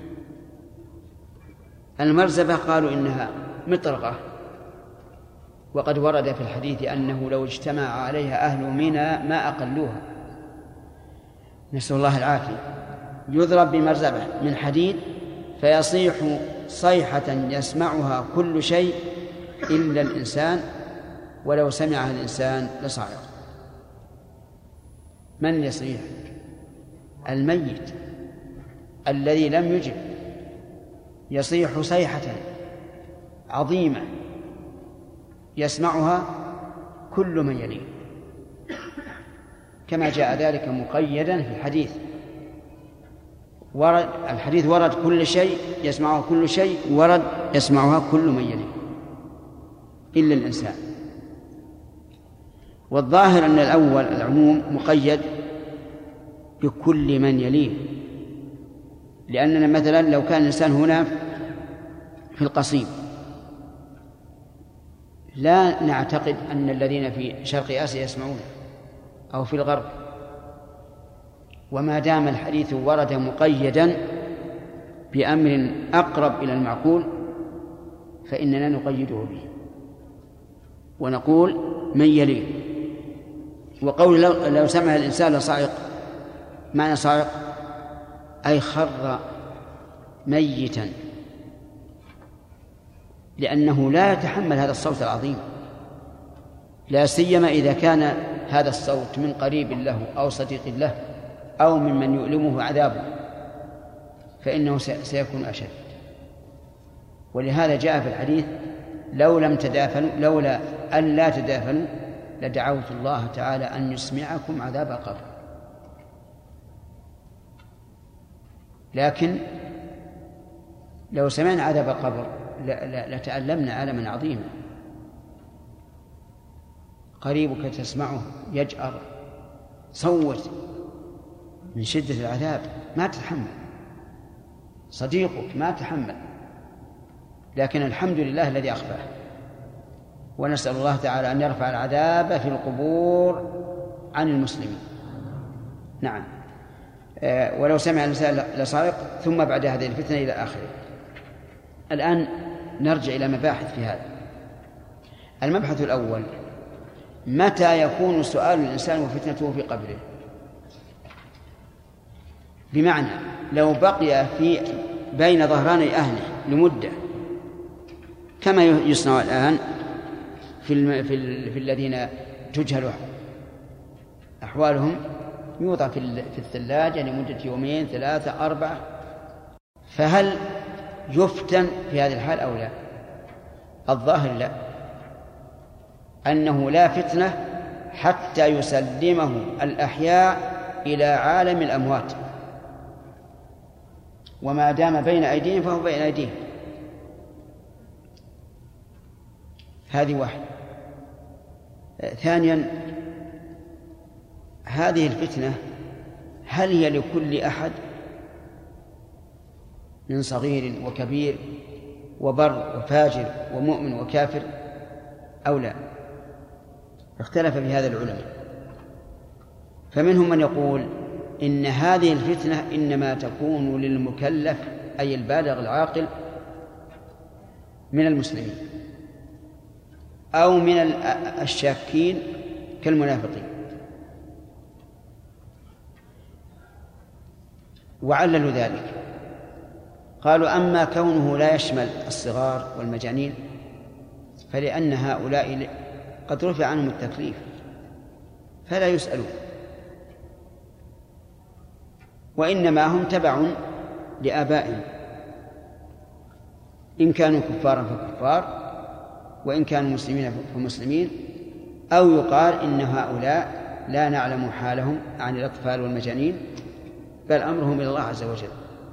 المرزبة قالوا إنها مطرقة، وقد ورد في الحديث أنه لو اجتمع عليها أهل منى ما أقلوها، نسأل الله العافية. يضرب بمرزبة من حديد فيصيح صيحة يسمعها كل شيء إلا الإنسان، ولو سمعها الإنسان لصعق. من يصيح؟ الميت الذي لم يجب، يصيح صيحة عظيمة يسمعها كل من يليه، كما جاء ذلك مقيدا في الحديث. ورد الحديث ورد كل شيء يسمعه كل شيء، ورد يسمعها كل من يليه إلا الإنسان. والظاهر أن الأول العموم مقيد بكل من يليه، لأننا مثلا لو كان الإنسان هنا في القصيم لا نعتقد أن الذين في شرق آسيا يسمعون أو في الغرب، وما دام الحديث ورد مقيدا بأمر أقرب إلى المعقول فإننا نقيده به ونقول من يليه. وقول لو, لو سمع الإنسان لصعق، معنى صعق أي خر ميتا، لأنه لا يتحمل هذا الصوت العظيم، لا سيما إذا كان هذا الصوت من قريب له أو صديق له أو ممن يؤلمه عذابه، فإنه سيكون أشد. ولهذا جاء في الحديث لو لم تدافنوا لولا أن لا تدافنوا لدعوت الله تعالى أن يسمعكم عذاب القبر. لكن لو سمعنا عذاب القبر لتألمنا ألما عظيما. قريبك تسمعه يجأر صوت من شدة العذاب ما تتحمل، صديقك ما تحمل، لكن الحمد لله الذي أخفاه. ونسأل الله تعالى أن يرفع العذاب في القبور عن المسلمين. نعم. أه ولو سمع الإنسان لصائق ثم بعد هذه الفتنة إلى آخره. الآن نرجع إلى مباحث في هذا. المبحث الأول: متى يكون سؤال الإنسان وفتنته في قبره؟ بمعنى لو بقي في بين ظهراني أهله لمدة كما يصنع الآن في الم... في, ال... في الذين تجهل أحوالهم، يوضع في, ال... في الثلاجة لمدة يومين ثلاثة أربعة، فهل يفتن في هذه الحال أو لا؟ الظاهر لا، أنه لا فتنة حتى يسلمه الأحياء إلى عالم الأموات، وما دام بين أيديهم فهو بين أيديهم. هذه واحدة. ثانيا، هذه الفتنة هل هي لكل أحد من صغير وكبير وبر وفاجر ومؤمن وكافر أو لا؟ اختلف في هذا العلماء، فمنهم من يقول إن هذه الفتنة إنما تكون للمكلف أي البالغ العاقل من المسلمين أو من الشاكين كالمنافقين. وعللوا ذلك، قالوا أما كونه لا يشمل الصغار والمجانين فلأن هؤلاء قد رفع عنهم التكليف فلا يسألون، وإنما هم تبع لآبائهم، إن كانوا كفارا فكفار وإن كانوا مسلمين فمسلمين، أو يقال إن هؤلاء لا نعلم حالهم عن الأطفال والمجانين بل أمرهم إلى الله عز وجل.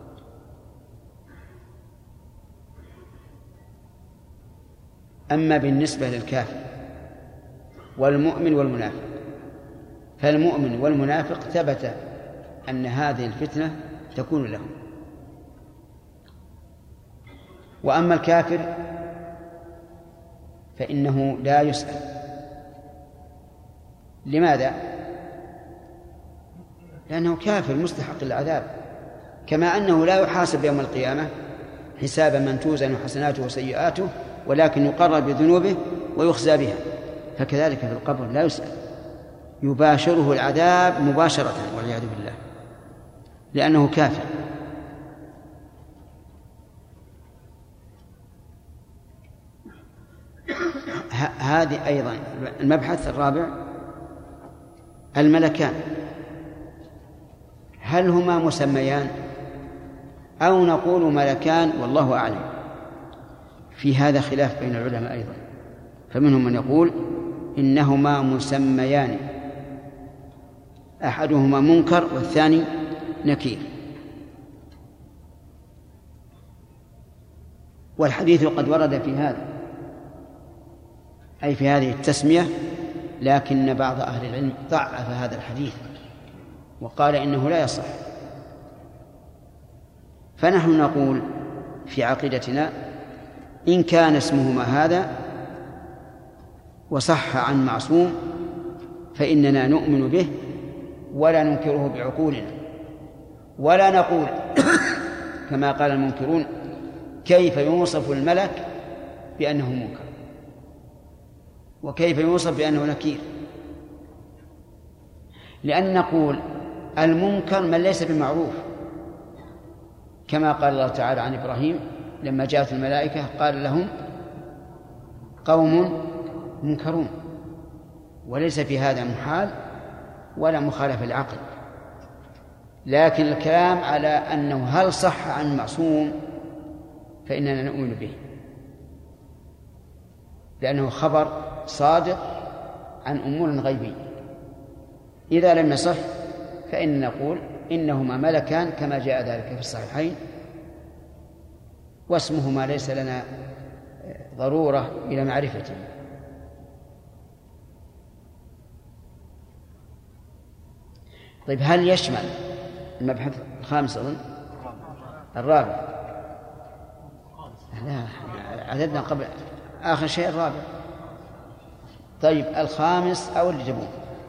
أما بالنسبة للكافر والمؤمن والمنافق، فالمؤمن والمنافق ثبت أن هذه الفتنة تكون لهم، وأما الكافر فإنه لا يسأل. لماذا؟ لأنه كافر مستحق العذاب، كما أنه لا يحاسب يوم القيامة حساب من توزن حسناته وسيئاته، ولكن يقرر بذنوبه ويخزى بها، فكذلك في القبر لا يسأل، يباشره العذاب مباشرة والعياذ بالله لأنه كافر. هذه أيضا المبحث الرابع: الملكان هل هما مسميان أو نقول ملكان والله أعلم؟ في هذا خلاف بين العلماء أيضا، فمنهم من يقول إنهما مسميان، أحدهما منكر والثاني نكير، والحديث قد ورد في هذا أي في هذه التسمية، لكن بعض أهل العلم ضعف هذا الحديث وقال إنه لا يصح. فنحن نقول في عقيدتنا إن كان اسمهما هذا وصح عن معصوم فإننا نؤمن به ولا ننكره بعقولنا، ولا نقول كما قال المنكرون كيف يوصف الملك بأنه منكر وكيف يوصف بأنه نكير، لأن نقول المنكر من ليس بمعروف، كما قال الله تعالى عن إبراهيم لما جاءت الملائكة قال لهم قوم منكرون، وليس في هذا محال ولا مخالفة للعقل، لكن الكلام على أنه هل صح عن معصوم فإننا نؤمن به لأنه خبر صادق عن أمور غيبية. إذا لم يصح فإننا نقول إنهما ملكان كما جاء ذلك في الصحيحين، واسمهما ليس لنا ضرورة إلى معرفته. طيب هل يشمل المبحث الخامس أظن الرابع؟ لا عددنا قبل آخر شيء الرابع. طيب الخامس أو اللي جابوه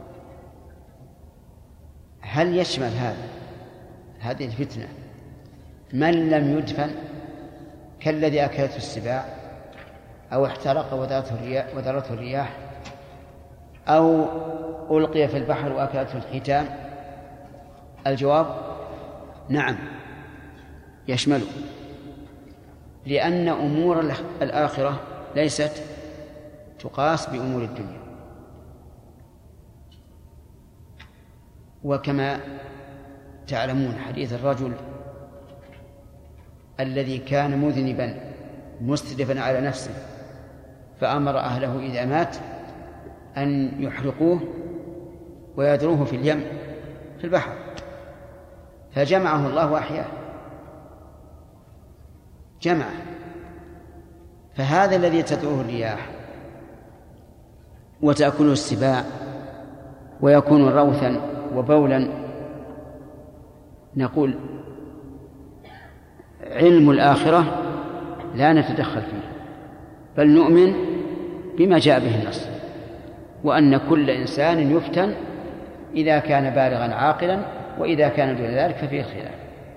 هل يشمل هذا هذه الفتنة من لم يدفن كالذي أكلته السباع أو احترق وذرته الرياح أو ألقي في البحر وأكلته الحيتان؟ الجواب نعم يشمله، لأن أمور الآخرة ليست تقاس بأمور الدنيا. وكما تعلمون حديث الرجل الذي كان مذنبا مسرفا على نفسه فأمر أهله إذا مات أن يحرقوه ويذروه في اليم في البحر، فجمعه الله وأحياه جمع. فهذا الذي تدعوه الرياح وتأكله السباع ويكون روثا وبولا، نقول علم الآخرة لا نتدخل فيه، بل نؤمن بما جاء به النص، وأن كل إنسان يفتن إذا كان بالغا عاقلا، وإذا كان دون ذلك ففيه الخلاف.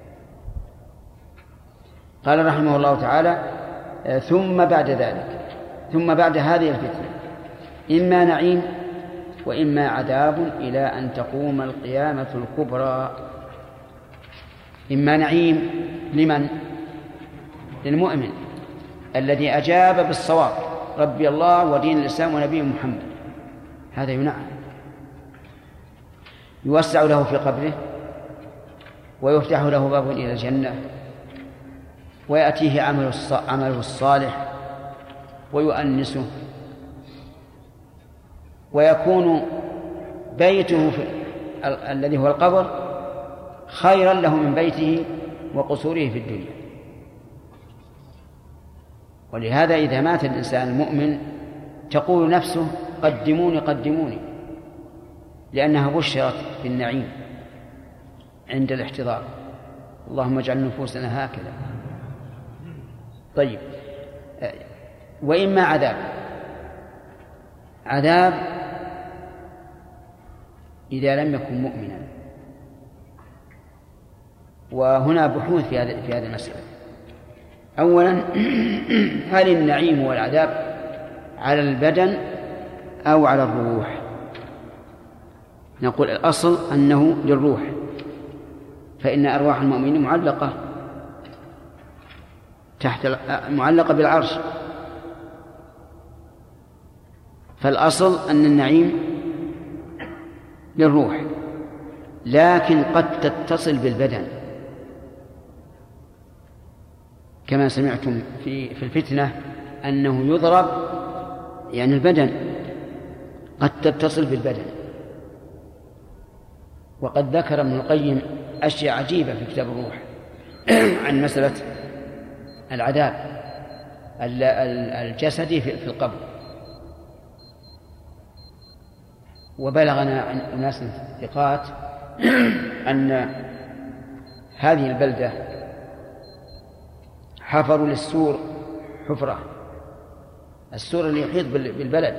قال رحمه الله تعالى: ثم بعد ذلك، ثم بعد هذه الفتنة إما نعيم وإما عذاب إلى أن تقوم القيامة الكبرى. إما نعيم لمن؟ للمؤمن الذي أجاب بالصواب ربي الله ودين الإسلام ونبي محمد، هذا ينعم، يوسع له في قبره ويفتح له باب إلى الجنة ويأتيه عمله الصالح ويؤنسه، ويكون بيته في الذي هو القبر خيرا له من بيته وقصوره في الدنيا. ولهذا إذا مات الإنسان المؤمن تقول نفسه: قدموني قدموني، لأنها بشرت بالنعيم عند الاحتضار. اللهم اجعل نفوسنا هكذا. طيب، وإما عذاب، عذاب إذا لم يكن مؤمنا. وهنا بحوث في هذه في هذه المسألة. أولا، هل النعيم والعذاب على البدن أو على الروح؟ نقول الأصل أنه للروح، فإن أرواح المؤمنين معلقة تحت معلقة بالعرش، فالأصل أن النعيم للروح، لكن قد تتصل بالبدن كما سمعتم في في الفتنة أنه يضرب، يعني البدن قد تتصل بالبدن. وقد ذكر ابن القيم أشياء عجيبة في كتاب الروح عن مسألة العذاب الجسدي في القبر. وبلغنا عن أناس ثقات أن هذه البلدة حفروا للسور حفرة، السور اللي يحيط بالبلد،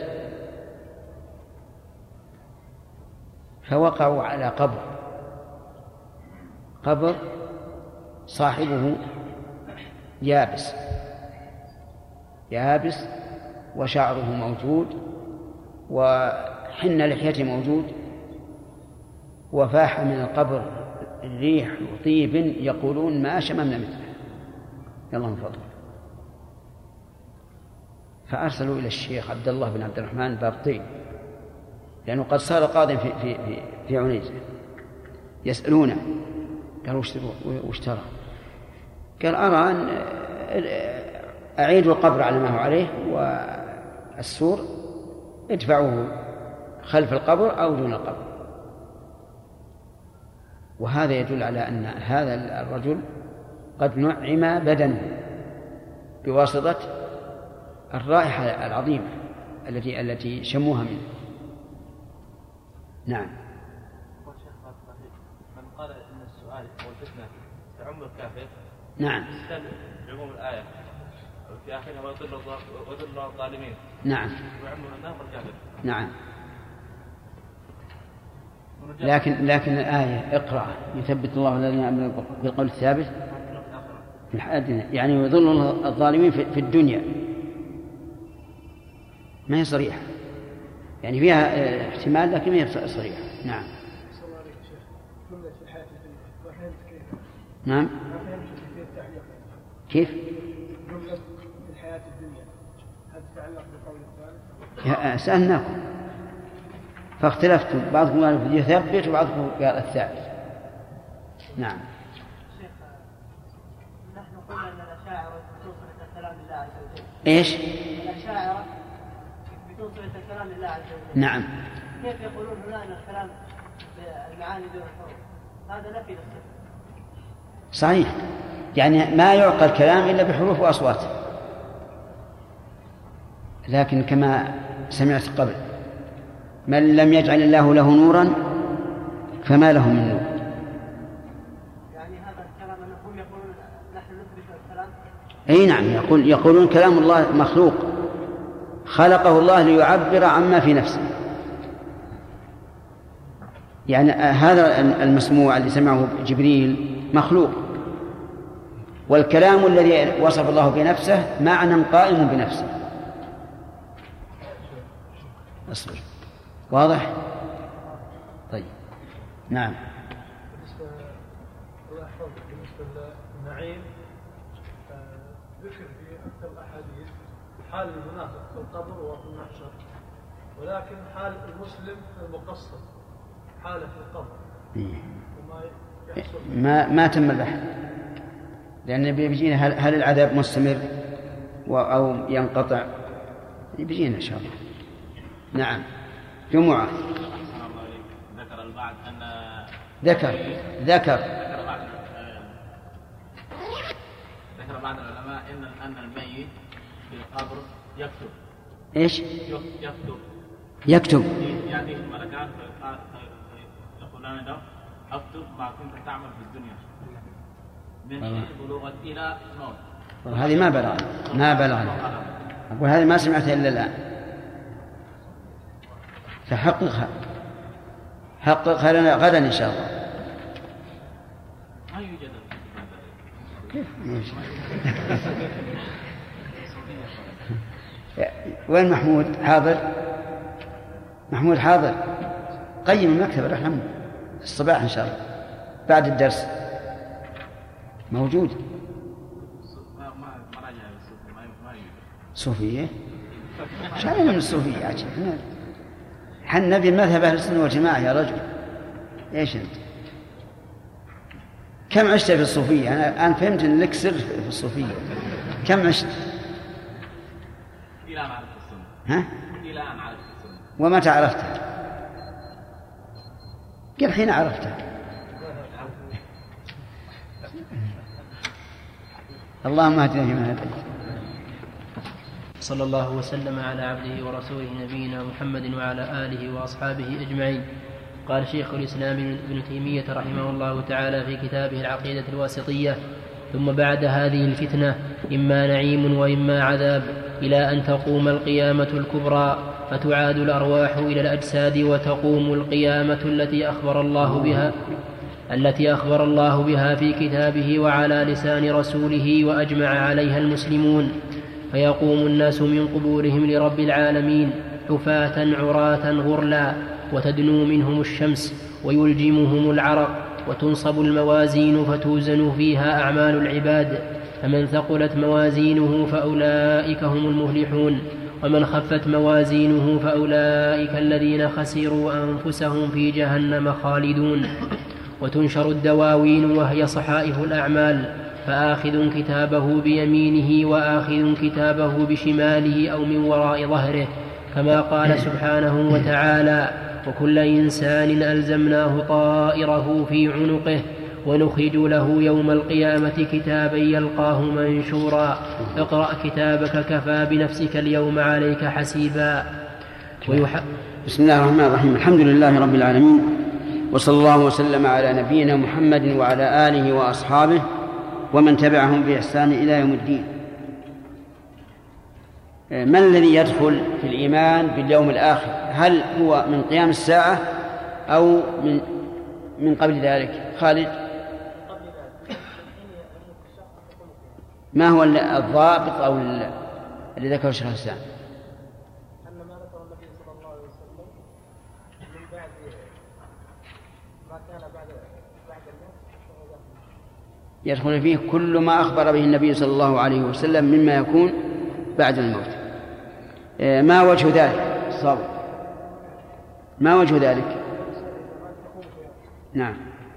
فوقعوا على قبر قبر صاحبه يابس يابس وشعره موجود وحن لحيته موجود، وفاح من القبر الريح وطيب يقولون ما شممنا مثله، يلا من فضله. فأرسلوا إلى الشيخ عبد الله بن عبد الرحمن بابطين، لأنه قد صار قاضي في في في, في عنيزة، يسألونه قالوا وش ترى؟ قال أرى أن أعيدوا القبر على ما هو عليه، والسور ادفعوه خلف القبر أو دون القبر. وهذا يدل على أن هذا الرجل قد نعم بدنه بواسطة الرائحة العظيمة التي التي شموها منه. نعم.
من قال ان السؤال والفتنه تعم الكافر
نعم
عموم الايه في اخرها ويضل الظالمين
نعم
ويعم النار والكافر
نعم. لكن لكن الآية اقرأ يثبت الله الذين آمنوا بالقول الثابت في الحياة الدنيا، يعني يضل الظالمين في الدنيا، ما هي صريحة، يعني فيها احتمال لكن ما هي صريحة. نعم. نعم. كيف؟
جملة في الحياة الدنيا هل تتعلق بقول الثالث؟
سألناكم فاختلفتم، بعضكم قال يثبت وبعضكم قال الثابت. نعم.
شيخ نحن قلنا ان الاشاعره يثبتون صفه الكلام لله عز وجل.
ايش؟
الاشاعره يثبتون صفه الكلام لله عز وجل.
نعم.
كيف يقولون هنا ان الكلام بالمعاني دون الحروف؟ هذا نفي للصفه.
صحيح، يعني ما يعقل الكلام الا بحروف واصوات، لكن كما سمعت قبل من لم يجعل الله له نورا فما له من نور.
يعني هذا الكلام أنهم يقولون نحن نثبت الكلام.
أي نعم، يقول يقولون كلام الله مخلوق خلقه الله ليعبر عما في نفسه. يعني هذا المسموع اللي سمعه جبريل مخلوق، والكلام الذي وصف الله بنفسه معنى قائم بنفسه. أصبر. واضح؟ طيب. نعم.
بالنسبة بالنسبة للنعيم ذكر في أكثر الأحاديث حال المنافق في القبر وفي المحشر، ولكن حال المسلم المقصر حاله في القبر وما يحصل
ما ما تم البحث، لأن بيجينا هل, هل العذاب مستمر أو ينقطع، بيجينا إن شاء الله. نعم. جمعة.
ذكر البعض أن
ذكر ذكر
ذكر بعض ذكر بعض العلماء إن أن الميت في القبر يكتب.
إيش؟
يكتب.
يكتب.
يعني الملكان يقولون له اكتب ما كنت تعمل في الدنيا من بلوغ إلى موت.
هذه ما بلغ ما بلغ أقول هذه ما سمعتها إلا الآن، فحققها حققها لنا غدا إن شاء الله.
ما يوجد
كيف؟ وين محمود؟ حاضر؟ محمود حاضر؟ قيم المكتبة رحمه الصباح إن شاء الله بعد الدرس موجود. صوفية؟ ايش علينا من الصوفية عجيب؟ حن نبي المذهب أهل السنة والجماعة يا رجل. ايش انت؟ كم عشت في الصوفية؟ أنا أنا فهمت أن لك سر في الصوفية. كم عشت؟
إلى أن عرفت السنة.
ها؟
إلى أن عرفت السنة.
ومتى عرفتها؟ قل حين عرفتها. اللهم اهدنا فيمن هديت.
صلى الله وسلم على عبده ورسوله نبينا محمد وعلى آله وأصحابه أجمعين. قال شيخ الإسلام ابن تيمية رحمه الله تعالى في كتابه العقيدة الواسطية: ثم بعد هذه الفتنة إما نعيم وإما عذاب إلى أن تقوم القيامة الكبرى، فتعاد الأرواح إلى الأجساد وتقوم القيامة التي أخبر الله بها التي أخبر الله بها في كتابه وعلى لسان رسوله وأجمع عليها المسلمون، فيقوم الناس من قبورهم لرب العالمين حفاة عراة غرلا، وتدنو منهم الشمس ويلجمهم العرق، وتنصب الموازين فتوزن فيها أعمال العباد، فمن ثقلت موازينه فأولئك هم المفلحون، ومن خفت موازينه فأولئك الذين خسروا أنفسهم في جهنم خالدون. وتنشر الدواوين وهي صحائف الأعمال، فآخذ كتابه بيمينه وآخذ كتابه بشماله أو من وراء ظهره، كما قال سبحانه وتعالى: وكل إنسان ألزمناه طائره في عنقه ونخرج له يوم القيامة كتابا يلقاه منشورا، اقرأ كتابك كفى بنفسك اليوم عليك حسيبا.
ويح... بسم الله الرحمن الرحيم. الحمد لله رب العالمين، وصلى الله وسلم على نبينا محمد وعلى آله وأصحابه ومن تبعهم بإحسان إلى يوم الدين. ما الذي يدخل في الإيمان باليوم الآخر؟ هل هو من قيام الساعة أو من من قبل ذلك؟ خالد، ما هو الضابط أو الذي ذكره الشيخ الإسلام؟
أن ما ذكر النبي صلى الله عليه وسلم من بعد ما كان بعد بعد الموت
يدخل فيه كل ما أخبر به النبي صلى الله عليه وسلم مما يكون بعد الموت. ما وجه ذلك؟ الصواب ما وجه ذلك؟ نعم،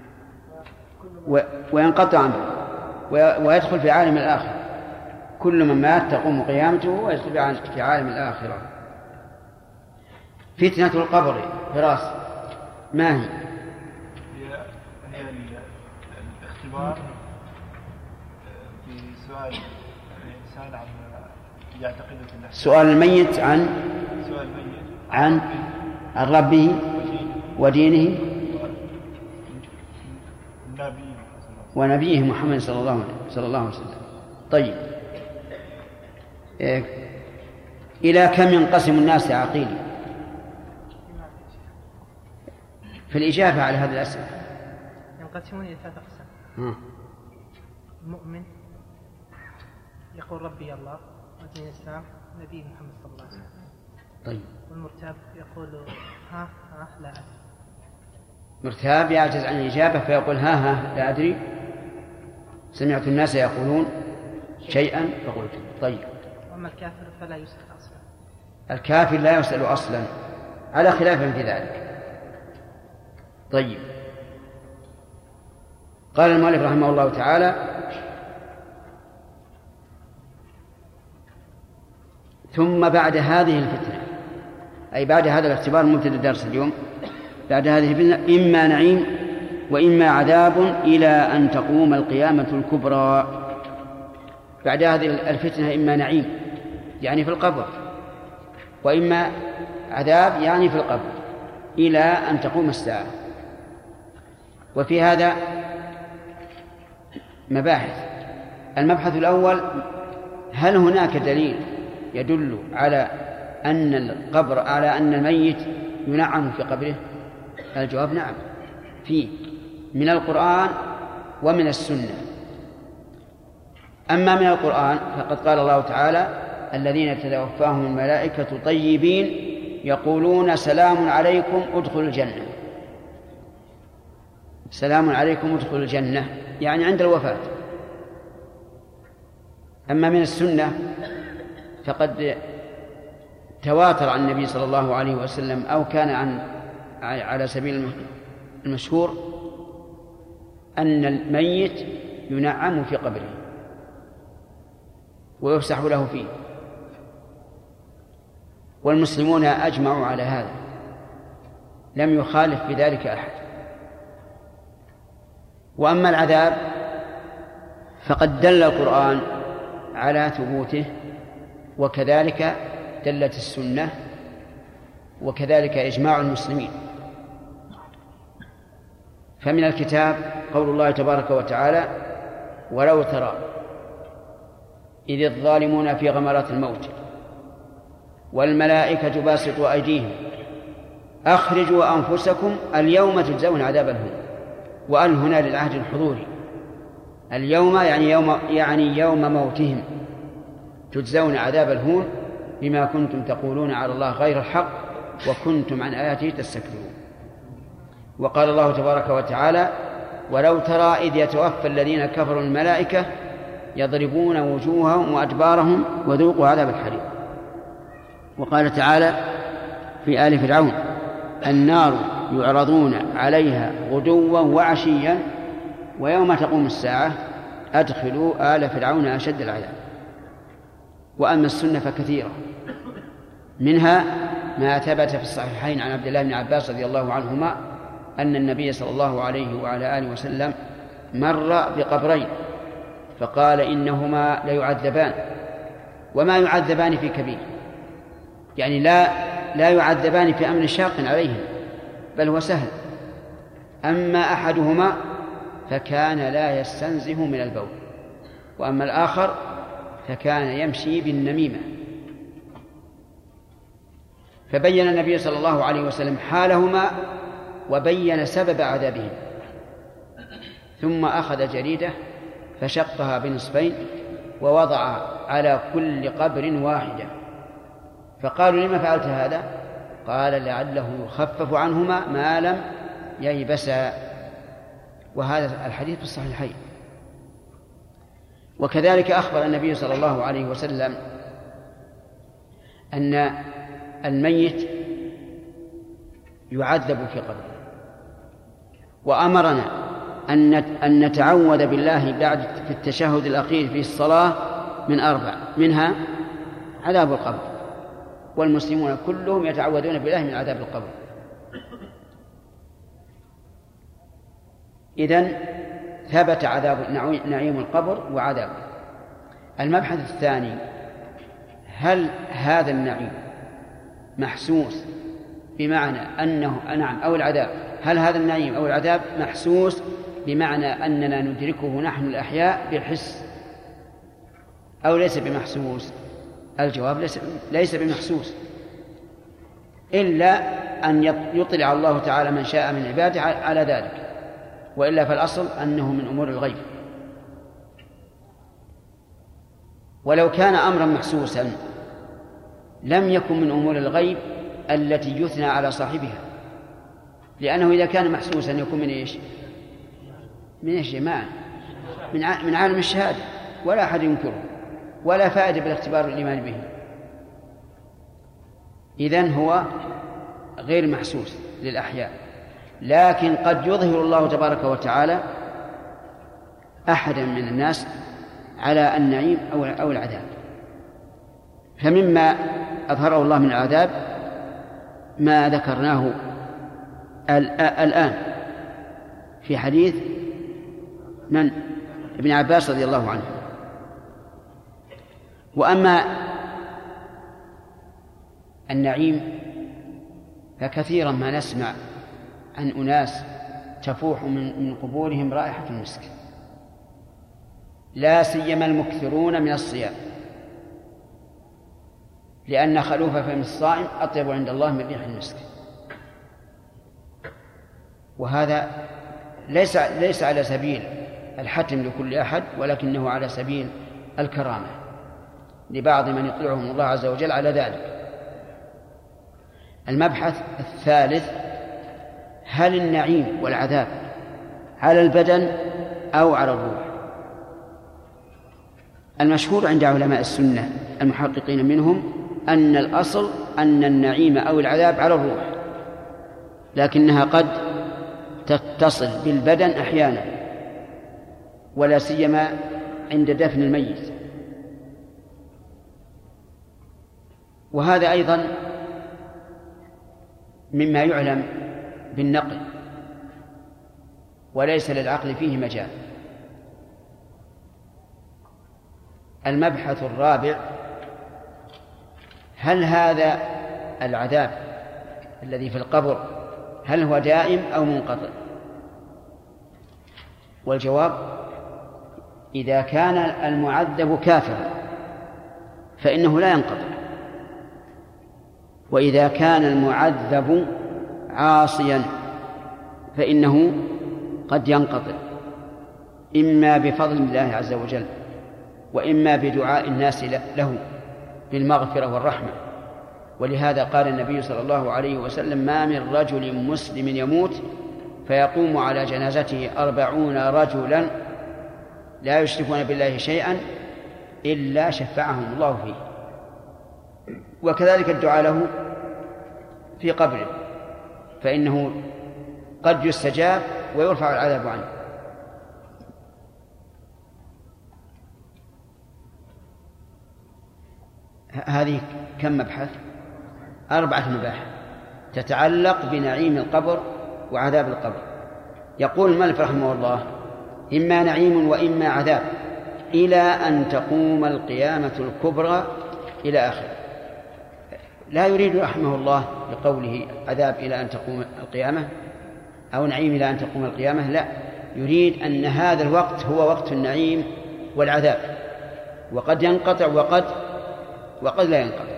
وينقطع عنه ويدخل في عالم الآخرة. كل من مات تقوم قيامته ويدخل في عالم الآخرة. فتنة القبر فراس ما هي؟
هي الاختبار في سؤال الإنسان عن يعتقد في الله.
سؤال الميت عن
سؤال الميت
عن عن ربه ودينه ونبيه محمد صلى الله صلى الله عليه وسلم. طيب، إلى كم ينقسم الناس يا عقيلي في الإجابة على هذه الأسئلة؟
ينقسمون إلى ثلاث أقسام. المؤمن يقول ربي الله ودين الإسلام نبيه محمد صلى الله عليه وسلم.
طيب.
والمرتاب يقول ها ها لا أدري.
مرتاب يعجز عن الإجابة فيقول ها ها لا أدري. سمعت الناس يقولون شيئا فقلت. طيب.
وأما الكافر فلا يسأل أصلا.
الكافر لا يسأل أصلا على خلاف في ذلك. طيب. قال المؤلف رحمه الله تعالى: ثم بعد هذه الفتنة، أي بعد هذا الاختبار مبتدأ الدرس اليوم، بعد هذه الفتنة إما نعيم وإما عذاب إلى أن تقوم القيامة الكبرى. بعد هذه الفتنة إما نعيم يعني في القبر، وإما عذاب يعني في القبر إلى أن تقوم الساعة. وفي هذا مباحث. المبحث الأول: هل هناك دليل يدل على أن القبر على أن الميت ينعم في قبره؟ الجواب نعم، فيه من القرآن ومن السنة. أما من القرآن فقد قال الله تعالى: الذين تتوفاهم الملائكة طيبين يقولون سلام عليكم ادخلوا الجنة. سلام عليكم ادخلوا الجنة يعني عند الوفاة. أما من السنة فقد تواتر عن النبي صلى الله عليه وسلم أو كان عن على سبيل المشهور أن الميت ينعم في قبره ويفسح له فيه، والمسلمون أجمعوا على هذا، لم يخالف بذلك أحد. وأما العذاب فقد دل القرآن على ثبوته، وكذلك دلت السنة، وكذلك إجماع المسلمين. فمن الكتاب قول الله تبارك وتعالى: ولو ترى إذ الظالمون في غمرات الموت والملائكة باسطوا أيديهم أخرجوا أنفسكم اليوم تجزون عذاب الهون. وأن هنا للعهد الحضوري، اليوم يعني يوم يعني يوم موتهم تجزون عذاب الهون بما كنتم تقولون على الله غير الحق وكنتم عن آياته تستكبرون. وقال الله تبارك وتعالى: ولو ترى إذ يتوفى الذين كفروا الملائكة يضربون وجوههم وأدبارهم وذوقوا عذاب الحريق. وقال تعالى في آل فرعون: النار يعرضون عليها غدوا وعشيا ويوم تقوم الساعة أدخلوا آل فرعون أشد العذاب. وأما السنة فكثيرة، منها ما ثبت في الصحيحين عن عبد الله بن عباس رضي الله عنهما أن النبي صلى الله عليه وعلى آله وسلم مر بقبرين فقال: إنهما ليعذبان وما يعذبان في كبير، يعني لا لا يعذبان في أمر شاق عليهم، بل هو سهل. أما أحدهما فكان لا يستنزه من البول، وأما الآخر فكان يمشي بالنميمة. فبين النبي صلى الله عليه وسلم حالهما وبين سبب عذابهم، ثم أخذ جريدة فشقها بنصفين ووضع على كل قبر واحدة، فقالوا: لما فعلت هذا؟ قال: لعله يخفف عنهما ما لم ييبسا. وهذا الحديث في الصحيحين. وكذلك أخبر النبي صلى الله عليه وسلم أن الميت يعذب في قبره، وأمرنا أن نتعوذ بالله بعد في التشهد الأخير في الصلاة من أربع، منها عذاب القبر، والمسلمون كلهم يتعوذون بالله من عذاب القبر. إذن ثبت عذاب نعيم القبر وعذابه. المبحث الثاني: هل هذا النعيم محسوس بمعنى أنه نعم أو العذاب هل هذا النعيم أو العذاب محسوس بمعنى أننا ندركه نحن الأحياء بالحس أو ليس بمحسوس؟ الجواب ليس, ليس بمحسوس، إلا أن يطلع الله تعالى من شاء من عباده على ذلك، وإلا فالأصل أنه من أمور الغيب. ولو كان أمرا محسوسا لم يكن من أمور الغيب التي يثنى على صاحبها، لأنه إذا كان محسوسا يكون من إيش؟ من إيش؟ ما من عالم الشهادة، ولا أحد ينكره، ولا فائدة بالاختبار الإيمان به. إذن هو غير محسوس للأحياء، لكن قد يظهر الله تبارك وتعالى أحدا من الناس على النعيم أو العذاب. فمما أظهره الله من العذاب ما ذكرناه الآن في حديث من؟ ابن عباس رضي الله عنه. وأما النعيم فكثيرا ما نسمع عن أناس تفوح من قبورهم رائحة المسك، لا سيما المكثرون من الصيام، لأن خلوف فم الصائم أطيب عند الله من ريح المسك. وهذا ليس ليس على سبيل الحتم لكل أحد، ولكنه على سبيل الكرامة لبعض من يطلعهم الله عز وجل على ذلك. المبحث الثالث: هل النعيم والعذاب على البدن أو على الروح؟ المشهور عند علماء السنة المحققين منهم أن الأصل أن النعيم أو العذاب على الروح، لكنها قد تتصل بالبدن أحيانا، ولا سيما عند دفن الميت. وهذا أيضا مما يعلم بالنقل، وليس للعقل فيه مجال. المبحث الرابع: هل هذا العذاب الذي في القبر هل هو دائم أو منقطع؟ والجواب: إذا كان المعذب كافرا فإنه لا ينقطع، وإذا كان المعذب عاصيا فإنه قد ينقطع، إما بفضل الله عز وجل وإما بدعاء الناس له بالمغفرة والرحمة. ولهذا قال النبي صلى الله عليه وسلم: ما من رجل مسلم يموت فيقوم على جنازته أربعون رجلا لا يشركون بالله شيئا إلا شفعهم الله فيه. وكذلك الدعاء له في قبره، فإنه قد يستجاب ويرفع العذاب عنه. هذه كم مبحث؟ أربعة مباحث تتعلق بنعيم القبر وعذاب القبر. يقول المؤلف رحمه الله: إما نعيم وإما عذاب إلى أن تقوم القيامة الكبرى إلى آخره. لا يريد رحمه الله بقوله عذاب إلى أن تقوم القيامة أو نعيم إلى أن تقوم القيامة، لا، يريد أن هذا الوقت هو وقت النعيم والعذاب، وقد ينقطع وقد وقد لا ينقطع.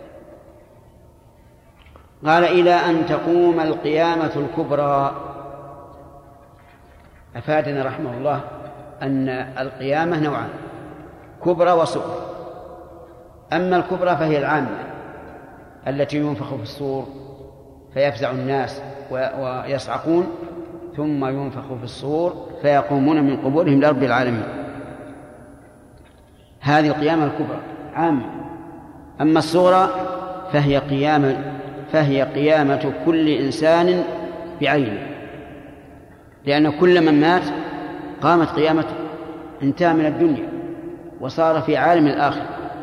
قال إلى أن تقوم القيامة الكبرى. أفادنا رحمه الله أن القيامة نوعان، كبرى وصغرى. أما الكبرى فهي العامة التي ينفخ في الصور فيفزع الناس ويصعقون، ثم ينفخ في الصور فيقومون من قبورهم لرب العالمين. هذه القيامة الكبرى عامة. أما الصغرى فهي قيامة فهي قيامة كل إنسان بعينه، لأن كل من مات قامت قيامته، انتهى من الدنيا وصار في عالم الآخر.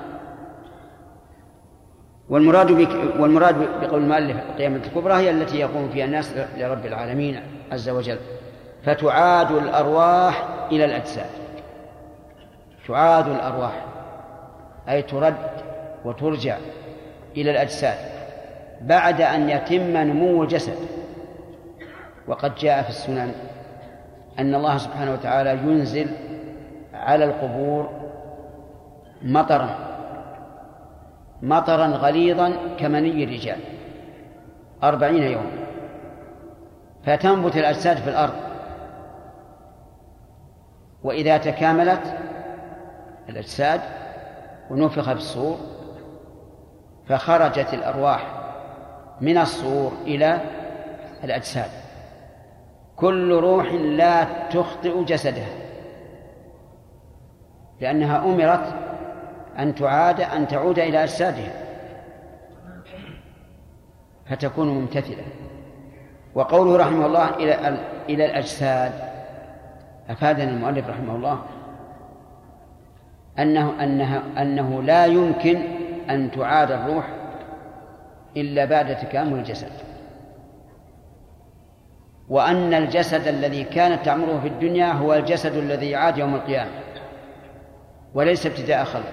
والمراد بك والمراد بقول المؤلف القيامة الكبرى هي التي يقوم فيها الناس لرب العالمين عز وجل، فتعاد الأرواح إلى الأجساد. تعاد الأرواح أي ترد وترجع إلى الأجساد بعد أن يتم نمو الجسد. وقد جاء في السنن أن الله سبحانه وتعالى ينزل على القبور مطرا مطرا غليظا كمني الرجال أربعين يوما، فتنبت الأجساد في الأرض. وإذا تكاملت الأجساد ونفخ في الصور فخرجت الأرواح من الصور إلى الأجساد، كل روح لا تخطئ جسدها، لأنها أمرت أن تعاد أن تعود إلى أجسادها فتكون ممتثلة. وقوله رحمه الله إلى إلى الأجساد، أفادنا المؤلف رحمه الله أنه أنها أنه لا يمكن أن تعاد الروح إلا بعد تكامل الجسد، وأن الجسد الذي كانت تعمره في الدنيا هو الجسد الذي يعاد يوم القيامة وليس ابتداء خلق.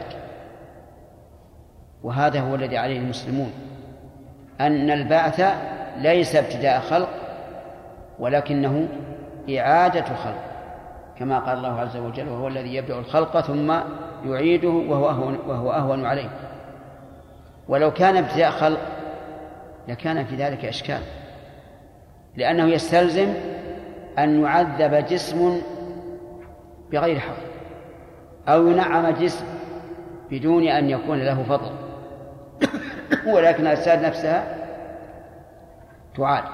وهذا هو الذي عليه المسلمون، أن البعث ليس ابتداء خلق ولكنه إعادة خلق، كما قال الله عز وجل: وهو الذي يبدأ الخلق ثم يعيده وهو أهون, وهو أهون عليه. ولو كان ابتداء خلق لكان في ذلك إشكال، لأنه يستلزم أن يعذب جسم بغير حق أو ينعم جسم بدون أن يكون له فضل، ولكن الأجساد نفسها تعاد.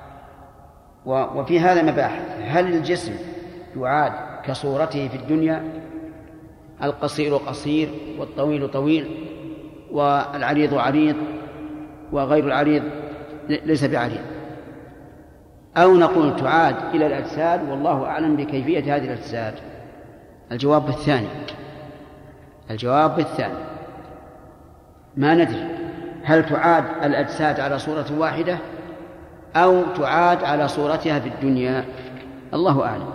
وفي هذا مباحث: هل الجسم يعاد كصورته في الدنيا؟ القصير قصير والطويل طويل والعريض عريض وغير العريض ليس بعريض، أو نقول تعاد إلى الأجساد والله أعلم بكيفية هذه الأجساد؟ الجواب الثاني الجواب الثاني ما ندري هل تعاد الأجساد على صورة واحدة أو تعاد على صورتها في الدنيا، الله أعلم.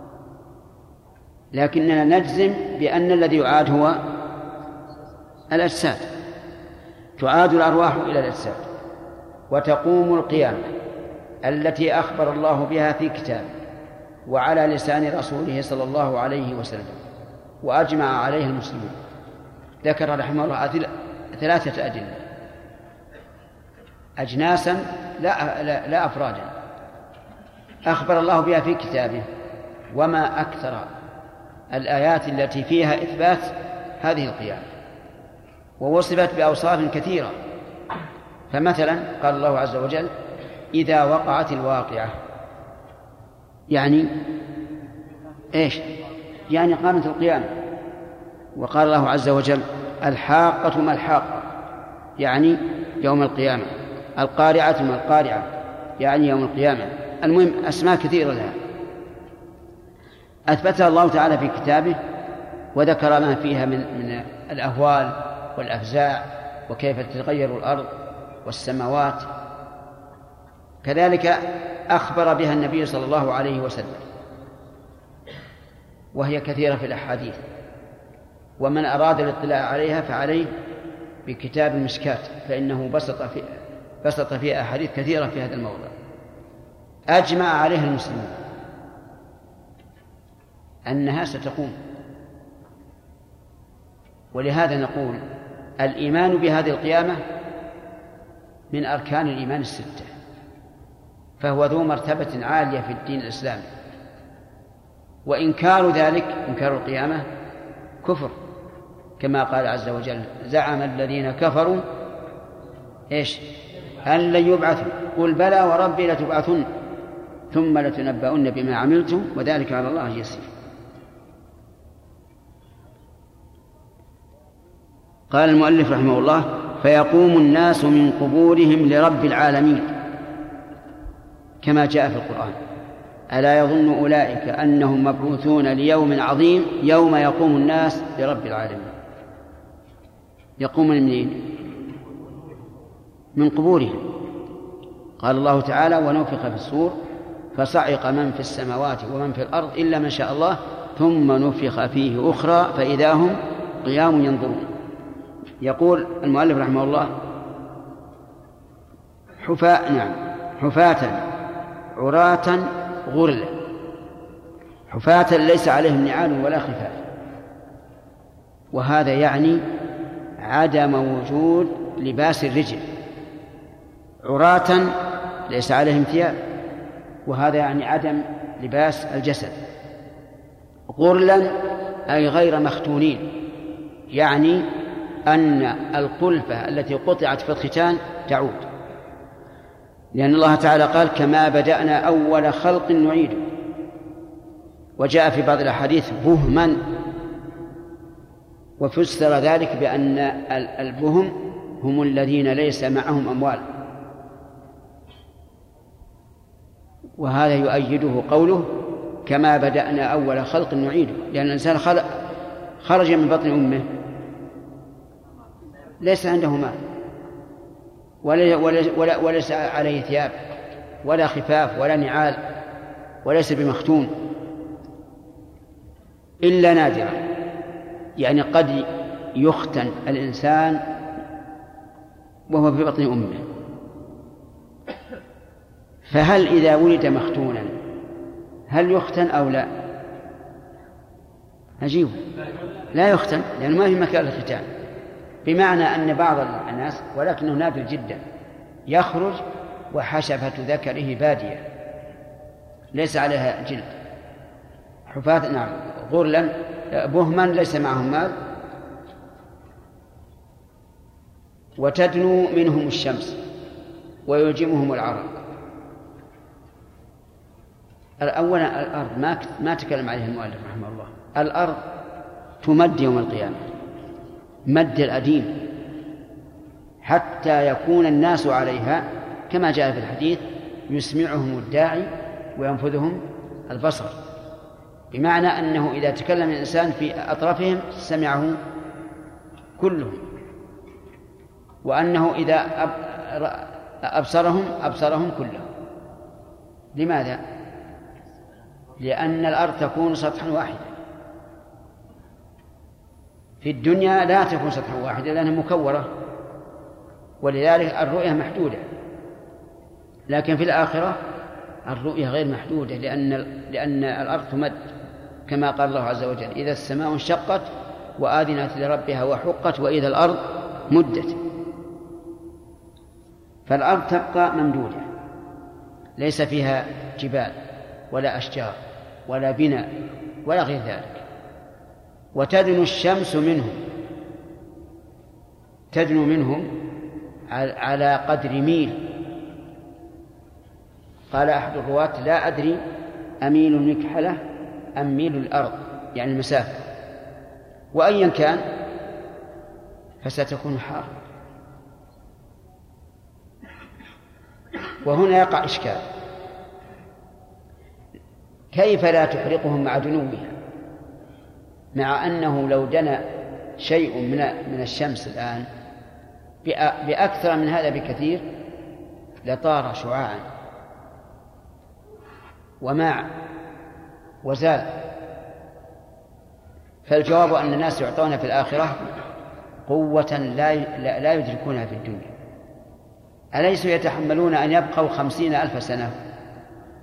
لكننا نجزم بأن الذي يعاد هو الأجساد. تعاد الأرواح إلى الأجساد وتقوم القيامة التي أخبر الله بها في كتابه وعلى لسان رسوله صلى الله عليه وسلم وأجمع عليه المسلمون. ذكر رحمه الله ثلاثة أدلة، أجناسا لا, لا, لا أفرادا، أخبر الله بها في كتابه. وما أكثر الآيات التي فيها إثبات هذه القيامة، ووصفت بأوصاف كثيرة. فمثلا قال الله عز وجل: إذا وقعت الواقعة، يعني إيش؟ يعني قامت القيامة. وقال الله عز وجل: الحاقة ما الحاقة، يعني يوم القيامة. القارعة ما القارعة، يعني يوم القيامة. المهم أسماء كثيرة لها أثبتها الله تعالى في كتابه، وذكر ما فيها من, من الأهوال والأفزاع وكيف تتغير الأرض والسماوات. كذلك أخبر بها النبي صلى الله عليه وسلم، وهي كثيرة في الأحاديث. ومن أراد الاطلاع عليها فعليه بكتاب المشكات، فإنه بسط في بسط فيها أحاديث كثيرة في هذا الموضوع. أجمع عليها المسلمون أنها ستقوم. ولهذا نقول الإيمان بهذه القيامة من أركان الإيمان الستة، فهو ذو مرتبة عالية في الدين الإسلامي. وإنكار ذلك، إنكار القيامة، كفر، كما قال عز وجل: زعم الذين كفروا إيش؟ أن لن يبعثوا، قل بلى وربي لتبعثن ثم لتنبؤن بما عملتم وذلك على الله يسير. قال المؤلف رحمه الله: فيقوم الناس من قبورهم لرب العالمين، كما جاء في القرآن: ألا يظن أولئك أنهم مبعوثون ليوم عظيم يوم يقوم الناس لرب العالمين. يقوم منين؟ من قبورهم. قال الله تعالى: ونفخ في الصور فصعق من في السماوات ومن في الأرض إلا من شاء الله ثم نفخ فيه أخرى فإذا هم قيام ينظرون. يقول المؤلف رحمه الله: حفاة، نعم، حفاة عراة غرلا. حفاة ليس عليهم نعال ولا خفاف، وهذا يعني عدم وجود لباس الرجل. عراة ليس عليهم ثياب، وهذا يعني عدم لباس الجسد. غرلا أي غير مختونين، يعني أن القلفة التي قطعت في الختان تعود، لأن الله تعالى قال: كما بدأنا أول خلق نعيده. وجاء في بعض الأحاديث بهما، وفسر ذلك بأن البهم هم الذين ليس معهم أموال. وهذا يؤيده قوله: كما بدأنا أول خلق نعيده، لأن الإنسان خلق خرج من بطن أمه ليس عنده مال ولا وليس عليه ثياب ولا خفاف ولا نعال، وليس بمختون إلا نادرا، يعني قد يختن الإنسان وهو في بطن أمه. فهل إذا ولد مختونا هل يختن أو لا؟ أجيب: لا يختن، لأنه ما في مكان الختان. بمعنى أن بعض الناس، ولكنه نادر جدا، يخرج وحشفة ذكره بادية ليس عليها جلد. حفاة، نعم، غرلا بهما ليس معهم مال. وتدنو منهم الشمس ويلجمهم العرق. أولا الأرض ما ما تكلم عليها المؤلف رحمه الله. الأرض تمد يوم القيامة مد الأديم حتى يكون الناس عليها، كما جاء في الحديث: يسمعهم الداعي وينفذهم البصر. بمعنى أنه إذا تكلم الإنسان في أطرافهم سمعه كلهم، وأنه إذا أبصرهم أبصرهم كلهم. لماذا؟ لأن الأرض تكون سطحا واحدا. في الدنيا لا تكون سطحا واحدا لأنها مكورة، ولذلك الرؤية محدودة. لكن في الآخرة الرؤية غير محدودة، لأن لأن الأرض تمد، كما قال الله عز وجل: إذا السماء انشقت وآذنت لربها وحقت وإذا الأرض مدت. فالأرض تبقى ممدودة ليس فيها جبال ولا أشجار ولا بناء ولا غير ذلك. وتدنو الشمس منهم، تدنو منهم على قدر ميل. قال أحد الرواة: لا أدري أميل المكحلة أم ميل الأرض، يعني المسافة، وأيا كان فستكون حار. وهنا يقع إشكال: كيف لا تحرقهم مع دنوها، مع أنه لو دنا شيء من من الشمس الآن بأكثر من هذا بكثير لطار شعاعا وماع وزال. فالجواب أن الناس يعطون في الآخرة قوة لا لا يدركونها في الدنيا. أليسوا يتحملون أن يبقوا خمسين ألف سنة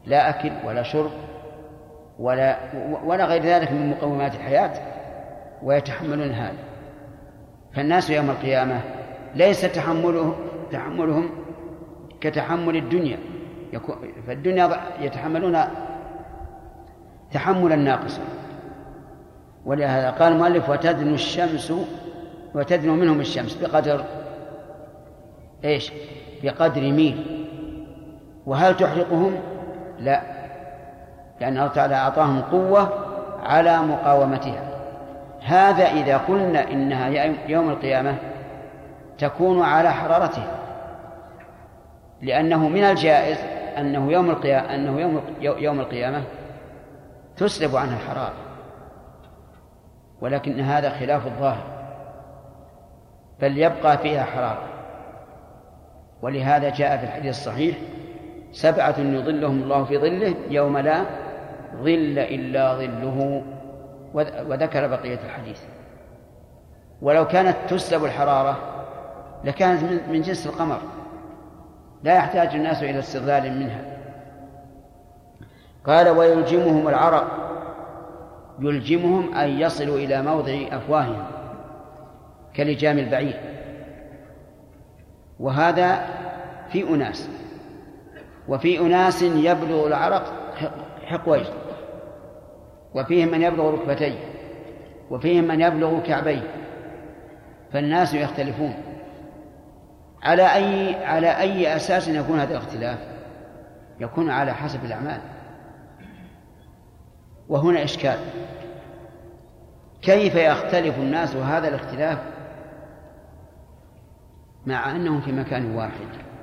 لا أكل ولا شرب ولا, ولا غير ذلك من مقومات الحياة، ويتحملون هذا. فالناس يوم القيامة ليس تحملهم, تحملهم كتحمل الدنيا، فالدنيا يتحملون تحملا ناقصا. ولهذا قال المؤلف وتدنو الشمس وتدنو منهم الشمس بقدر ايش؟ بقدر ميل. وهل تحرقهم؟ لا، لأن الله تعالى أعطاهم قوة على مقاومتها. هذا إذا قلنا إنها يوم القيامة تكون على حرارتها، لأنه من الجائز أنه يوم القيامة أنه يوم يوم القيامة تسلب عنها الحرارة، ولكن هذا خلاف الظاهر، بل يبقى فيها حرارة. ولهذا جاء في الحديث الصحيح سبعة يظلهم الله في ظله يوم لا ظل إلا ظله، وذكر بقية الحديث. ولو كانت تسلب الحرارة لكانت من جنس القمر، لا يحتاج الناس إلى استظلال منها. قال ويلجمهم العرق، يلجمهم أن يصلوا إلى موضع أفواههم كلجام البعير. وهذا في أناس، وفي أناس يبلغ العرق حقويه، وفيهم من يبلغ ركبتيه، وفيهم من يبلغ كعبيه. فالناس يختلفون. على أي على أي أساس يكون هذا الاختلاف؟ يكون على حسب الأعمال. وهنا إشكال، كيف يختلف الناس وهذا الاختلاف مع أنهم في مكان واحد؟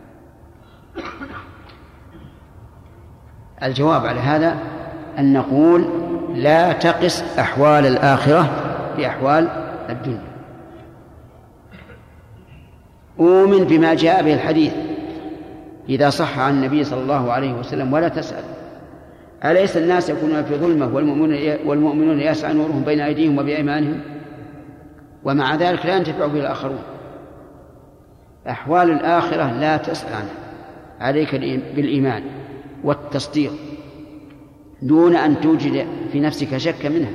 الجواب على هذا أن نقول لا تقس أحوال الآخرة بأحوال الدنيا. أؤمن بما جاء به الحديث إذا صح عن النبي صلى الله عليه وسلم ولا تسأل. أليس الناس يكونون في ظلمة والمؤمنون يسعى نورهم بين أيديهم وبأيمانهم، ومع ذلك لا ينتفع به الآخرون؟ أحوال الآخرة لا تسأل عنها، عليك بالإيمان والتصديق دون أن توجد في نفسك شك منها.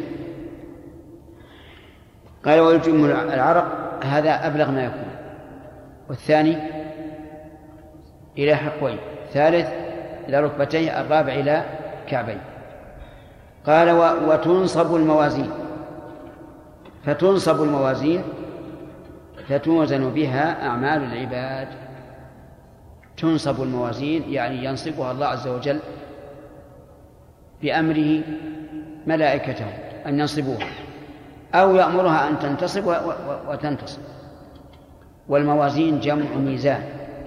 قال ويلجم العرق، هذا أبلغ ما يكون. والثاني إلى حقويه، الثالث إلى ركبتيه، الرابع إلى كعبيه. قال وتنصب الموازين، فتنصب الموازين فتوزن بها أعمال العباد. تنصب الموازين يعني ينصبها الله عز وجل بأمره ملائكته أن ينصبوها، أو يأمرها أن تنتصب وتنتصب. والموازين جمع ميزان،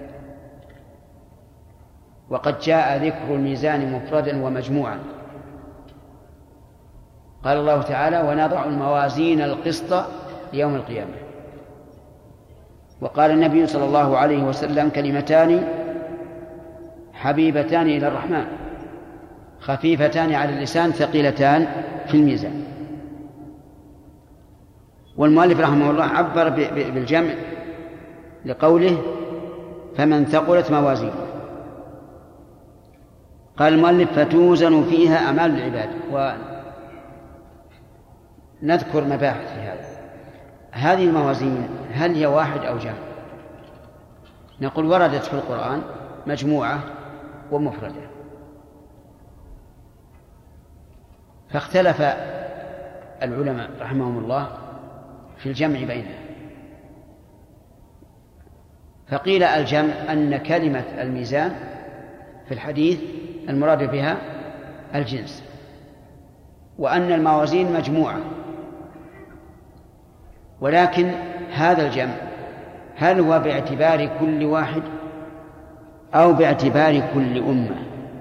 وقد جاء ذكر الميزان مفردا ومجموعا. قال الله تعالى ونضع الموازين القسط ليوم القيامة. وقال النبي صلى الله عليه وسلم كلمتان حبيبتان إلى الرحمن خفيفتان على اللسان ثقيلتان في الميزان. والمؤلف رحمه الله عبر بالجمع لقوله فمن ثقلت موازينه. قال المؤلف فتوزن فيها أعمال العباد. ونذكر مباحث في هذا. هذه الموازين هل هي واحد أو جمع؟ نقول وردت في القرآن مجموعة ومفردة، فاختلف العلماء رحمهم الله في الجمع بينها. فقيل الجمع أن كلمة الميزان في الحديث المراد بها الجنس، وأن الموازين مجموعة. ولكن هذا الجمع هل هو باعتبار كل واحد أو باعتبار كل أمة؟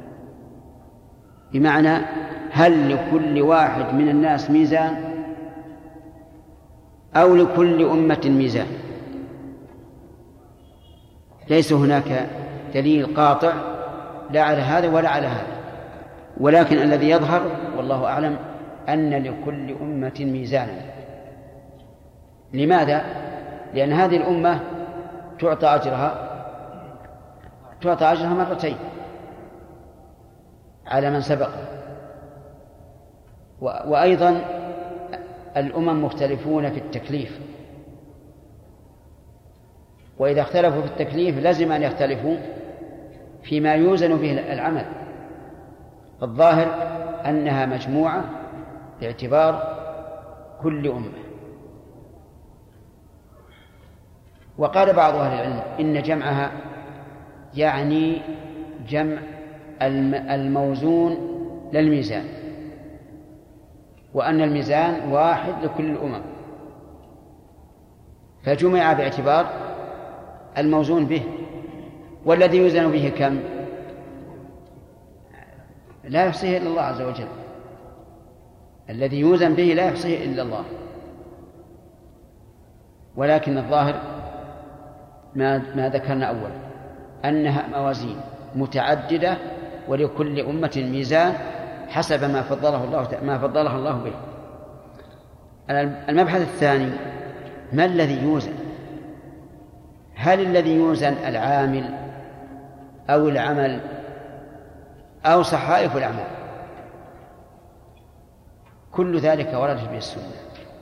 بمعنى هل لكل واحد من الناس ميزان أو لكل أمة ميزان؟ ليس هناك دليل قاطع لا على هذا ولا على هذا، ولكن الذي يظهر والله أعلم أن لكل أمة ميزانا. لماذا؟ لأن هذه الأمة تعطى أجرها تعطى أجرها مرتين على من سبق. وأيضا الأمم مختلفون في التكليف، وإذا اختلفوا في التكليف لازم أن يختلفوا فيما يوزن به العمل. الظاهر أنها مجموعة باعتبار كل أمة. وقال بعض أهل العلم إن جمعها يعني جمع الموزون للميزان، وأن الميزان واحد لكل الأمم، فجمع باعتبار الموزون به. والذي يوزن به كم؟ لا يحصيه إلا الله عز وجل. الذي يوزن به لا يحصيه إلا الله. ولكن الظاهر ما, ما ذكرنا أولا أنها موازين متعددة، ولكل أمة ميزان حسب ما فضله الله ما فضلها الله به. المبحث الثاني: ما الذي يوزن؟ هل الذي يوزن العامل أو العمل أو صحائف الأعمال؟ كل ذلك وردت به السنة،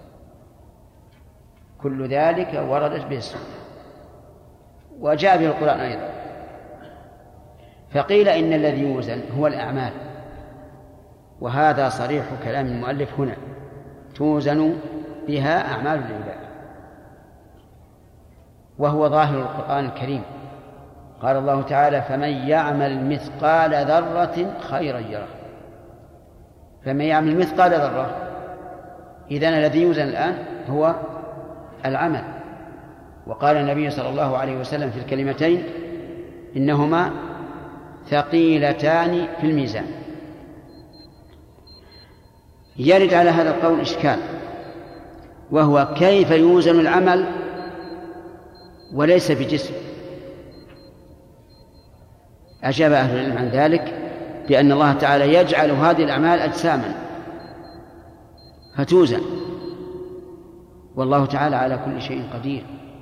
كل ذلك وردت به السنة وجاء به القرآن أيضا. فقيل إن الذي يوزن هو الأعمال، وهذا صريح كلام المؤلف هنا: توزن بها أعمال العباد. وهو ظاهر القرآن الكريم. قال الله تعالى: فمن يعمل مثقال ذرة خيرا يره. فمن يعمل مثقال ذرة، إذن الذي يوزن الآن هو العمل. وقال النبي صلى الله عليه وسلم في الكلمتين: إنهما ثقيلتان في الميزان. يرد على هذا القول إشكال، وهو كيف يوزن العمل وليس بجسم؟ أجاب أهل العلم عن ذلك بأن الله تعالى يجعل هذه الأعمال أجساما فتوزن، والله تعالى على كل شيء قدير.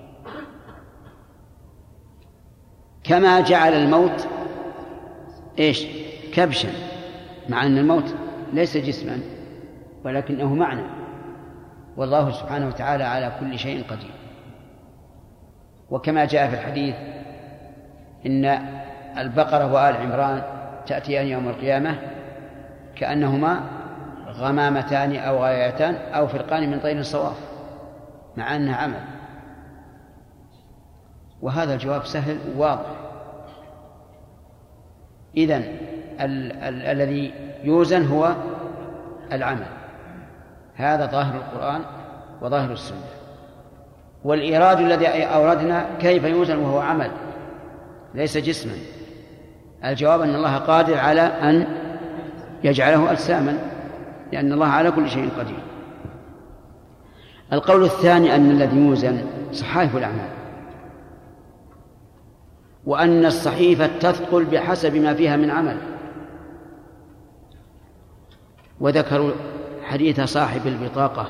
كما جعل الموت إيش؟ كبشا، مع أن الموت ليس جسما ولكنه معنى، والله سبحانه وتعالى على كل شيء قدير. وكما جاء في الحديث إن البقرة وآل عمران تأتيان يوم القيامة كأنهما غمامتان أو غايتان أو فرقان من طير صواف، مع أنها عمل. وهذا الجواب سهل واضح. إذن ال- ال- الذي يوزن هو العمل. هذا ظاهر القرآن وظاهر السنة. والإيراد الذي أوردنا كيف يوزن وهو عمل ليس جسما. الجواب أن الله قادر على أن يجعله أجساما، لأن الله على كل شيء قدير. القول الثاني أن الذي يوزن صحائف الأعمال، وأن الصحيفة تثقل بحسب ما فيها من عمل. وذكروا حديث صاحب البطاقة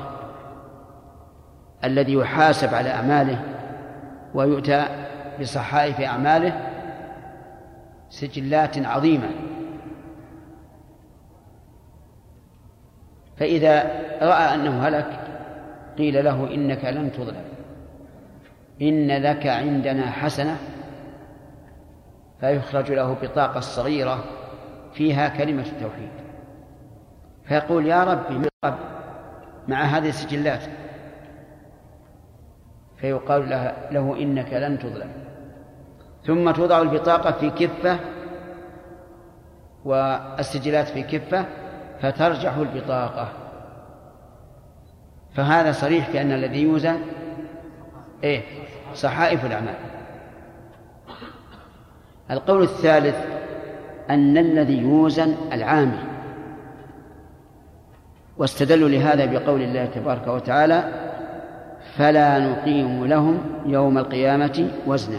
الذي يحاسب على أعماله ويؤتى بصحائف أعماله سجلات عظيمة، فإذا رأى أنه هلك قيل له: إنك لن تظلم، إن لك عندنا حسنة. فيخرج له بطاقة صغيرة فيها كلمة التوحيد، فيقول: يا ربي مع هذه السجلات. فيقال له: إنك لن تظلم. ثم توضع البطاقة في كفة والسجلات في كفة، فترجح البطاقة. فهذا صريح في أن الذي يوزن إيه؟ صحائف الأعمال. القول الثالث أن الذي يوزن العامل، واستدلوا لهذا بقول الله تبارك وتعالى: فلا نقيم لهم يوم القيامة وزنا.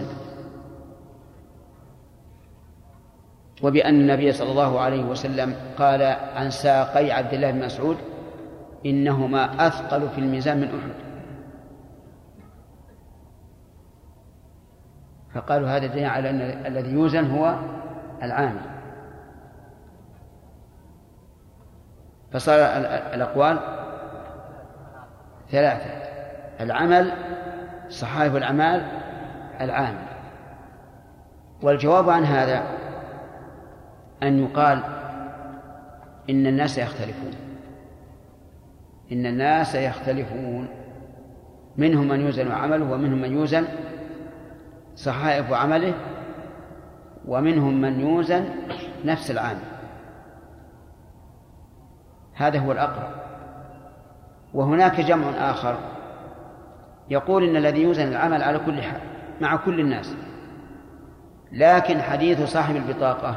وبأن النبي صلى الله عليه وسلم قال عن ساقي عبد الله بن مسعود: إنهما أثقل في الميزان من أحد. فقالوا هذا دليل على أن الذي يوزن هو العامل. فصار الأقوال ثلاثة: العمل، صحائف الأعمال، العامل. والجواب عن هذا أن يقال إن الناس يختلفون إن الناس يختلفون منهم من يوزن عمله، ومنهم من يوزن صحائف عمله، ومنهم من يوزن نفس العامل. هذا هو الأقرب. وهناك جمع آخر يقول إن الذي يوزن العمل على كل حال مع كل الناس، لكن حديث صاحب البطاقة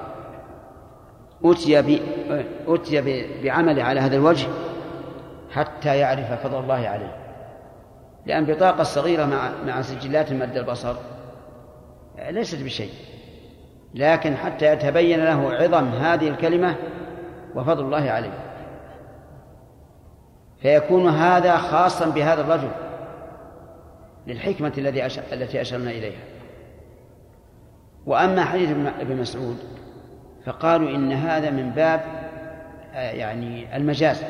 أتي, أتي بعمله على هذا الوجه حتى يعرف فضل الله عليه، لأن بطاقة صغيرة مع, مع سجلات مد البصر ليست بشيء، لكن حتى يتبين له عظم هذه الكلمة وفضل الله عليه، فيكون هذا خاصا بهذا الرجل للحكمة التي أشرنا إليها. وأما حديث ابن مسعود فقالوا إن هذا من باب يعني المجاز،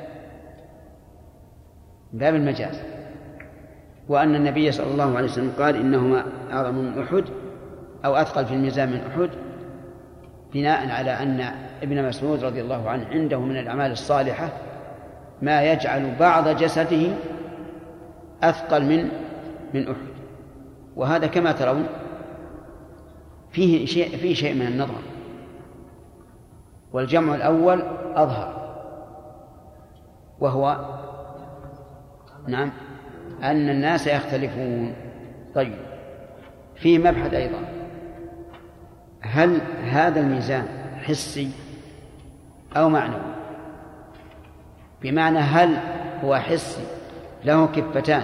من باب المجاز، وأن النبي صلى الله عليه وسلم قال إنهما أعظم من أحد أو أثقل في الميزان من أحد، بناء على أن ابن مسعود رضي الله عنه عنده من الأعمال الصالحة ما يجعل بعض جسده أثقل من من أحد. وهذا كما ترون فيه شيء فيه شيء من النظر، والجمع الأول أظهر، وهو نعم أن الناس يختلفون. طيب، فيه مبحث أيضا: هل هذا الميزان حسي أو معنوي؟ بمعنى هل هو حسي له كفتان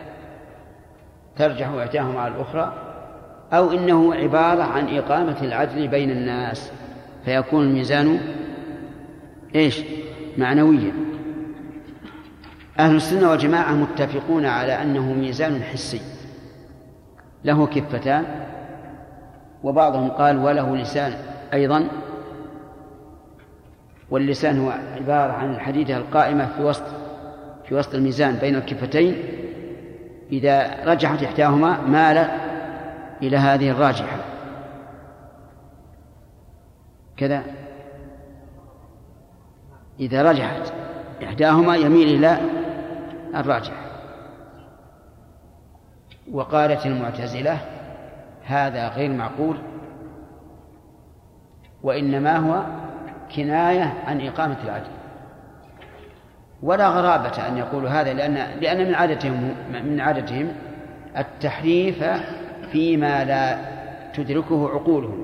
ترجح إحداهما على الأخرى، أو إنه عبارة عن إقامة العدل بين الناس فيكون الميزان إيش؟ معنويا. أهل السنة والجماعة متفقون على أنه ميزان حسي له كفتان، وبعضهم قال وله لسان أيضا، واللسان هو عبارة عن الحديدة القائمة في وسط في وسط الميزان بين الكفتين، إذا رجحت إحداهما مال إلى هذه الراجحة كذا، إذا رجحت إحداهما يميل إلى الراجح. وقالت المعتزلة هذا غير معقول، وإنما هو كناية عن إقامة العدل، ولا غرابة أن يقولوا هذا، لأن لأن من عادتهم من عادتهم التحريف فيما لا تدركه عقولهم.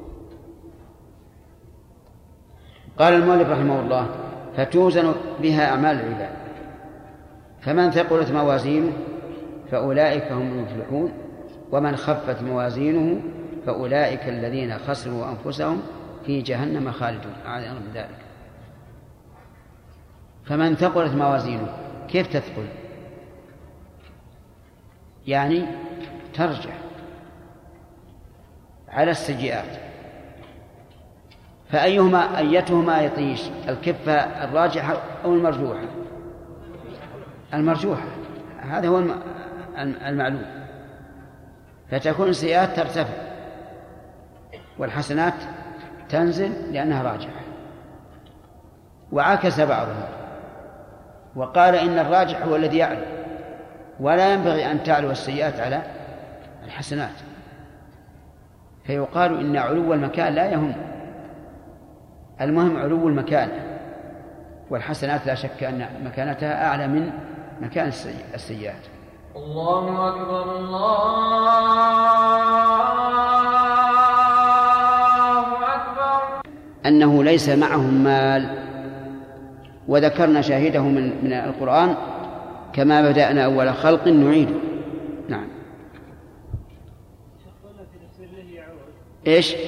قال المؤلف رحمه الله: فتوزن بها أعمال العباد، فمن ثقلت موازينه فأولئك هم المفلحون، ومن خفت موازينه فأولئك الذين خسروا أنفسهم في جهنم خالدون، أعاذنا من ذلك. فمن ثقلت موازينه، كيف تثقل؟ يعني ترجح على السيئات، فأيهما أيتهما يطيش، الكفة الراجحة أو المرجوحة؟ المرجوحة، هذا هو المعلوم. فتكون السيئات ترتفع والحسنات تنزل لأنها راجحة. وعكس بعضهم وقال إن الراجح هو الذي يعلو، ولا ينبغي أن تعلو السيئات على الحسنات، فيقال إن علو المكان لا يهم، المهم علو المكان، والحسنات لا شك أن مكانتها أعلى من مكان السيئات.
الله أكبر الله أكبر.
أنه ليس معهم مال، وذكرنا شاهده من من القرآن: كما بدأنا أول خلق نعيده. نعم. إيش؟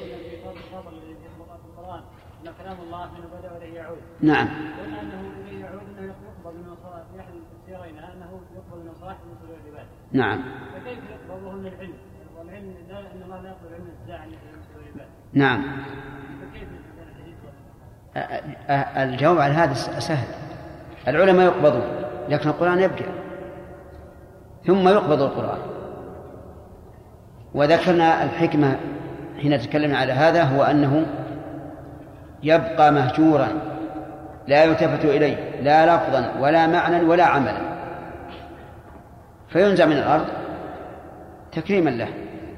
كلام الله من بدأ وإليه يعود.
نعم.
قلنا أنه إليه يعود أنه يقبل من صلاح في أحد التفسيرين أنه يقبل من صلاح من العباد.
نعم.
فكيف يقبله من العلم؟ والعلم لا، إن الله لا يقبل علم الابتداع عن العباد.
نعم.
فكيف يكون الحديث؟
الجواب على هذا سهل. العلماء يقبضون لكن القرآن يبقى، ثم يقبض القرآن. وذكرنا الحكمة حين تكلمنا على هذا هو أنه يبقى مهجورا لا يلتفت إليه لا لفظا ولا معنى ولا عملا، فينزع من الأرض تكريما له.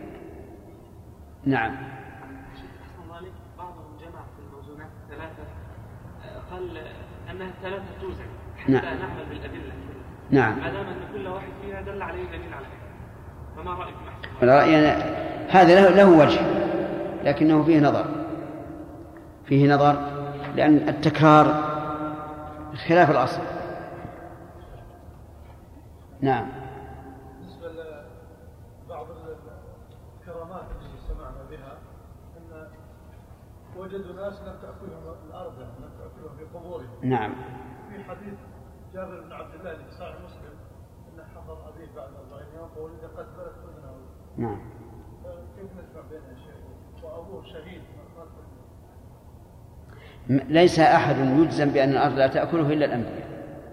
نعم.
بعضهم جمع في الموزونات الثلاثة، قال أنها الثلاثة توزن حتى
نعم.
نعمل بالأدلة.
نعم.
ما دام أن كل واحد فيها دل عليه دليل عليه، فما رأيكم أحسن؟
رأينا هذا له, له وجه، لكنه فيه نظر فيه نظر لأن التكرار خلاف الأصل. نعم.
بالنسبة لبعض الكرامات التي سمعنا بها أن وجدوا ناس لم تأكلهم الأرض، لم تأكلهم في قبورهم.
نعم.
في حديث جابر بن عبد الله في صحيح مسلم أن حضر أبيه بعد أربعين يوم فولد قد بلت أذنه.
نعم.
كيف نجمع بين الشيء وأبوه شهيد؟
ليس أحد يجزم بأن الأرض لا تأكله إلا الأنبياء،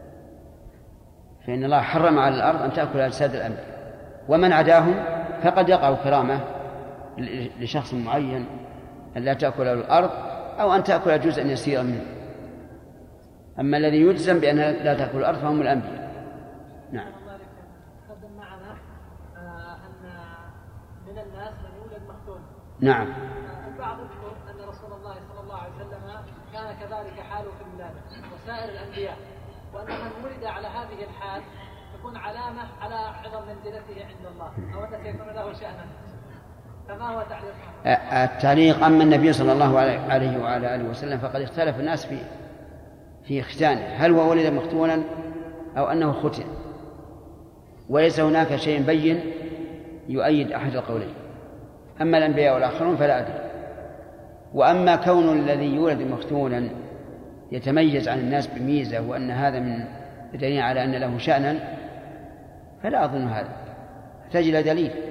فإن الله حرم على الأرض أن تأكل أجساد الأنبياء، ومن عداهم فقد يقع كرامة لشخص معين أن لا تأكل الأرض أو أن تأكل جزءا يسيرا منه. أما الذي يجزم بأنها لا تأكل الأرض فهم الأنبياء. نعم.
تقدم معنا أن من الناس من يولد مختون.
نعم.
البعض يذكر أن رسول الله صلى الله عليه وسلم كان كذلك حاله في الولادة وسائر الأنبياء، وأن من ولد على هذه الحال تكون علامة على عظم منزلته عند الله، أو أن سيكون له شأنا. فما هو تعليقه؟
التعليق: أما النبي صلى الله عليه وعلى آله وسلم فقد اختلف الناس في في ختانه، هل هو ولد مختونا أو أنه ختن، وليس هناك شيء بين يؤيد أحد القولين. أما الأنبياء والآخرون فلا أدري. وأما كون الذي يولد مختونا يتميز عن الناس بميزة وأن هذا من دليل على أن له شأنا فلا أظن هذا، تجد دليل.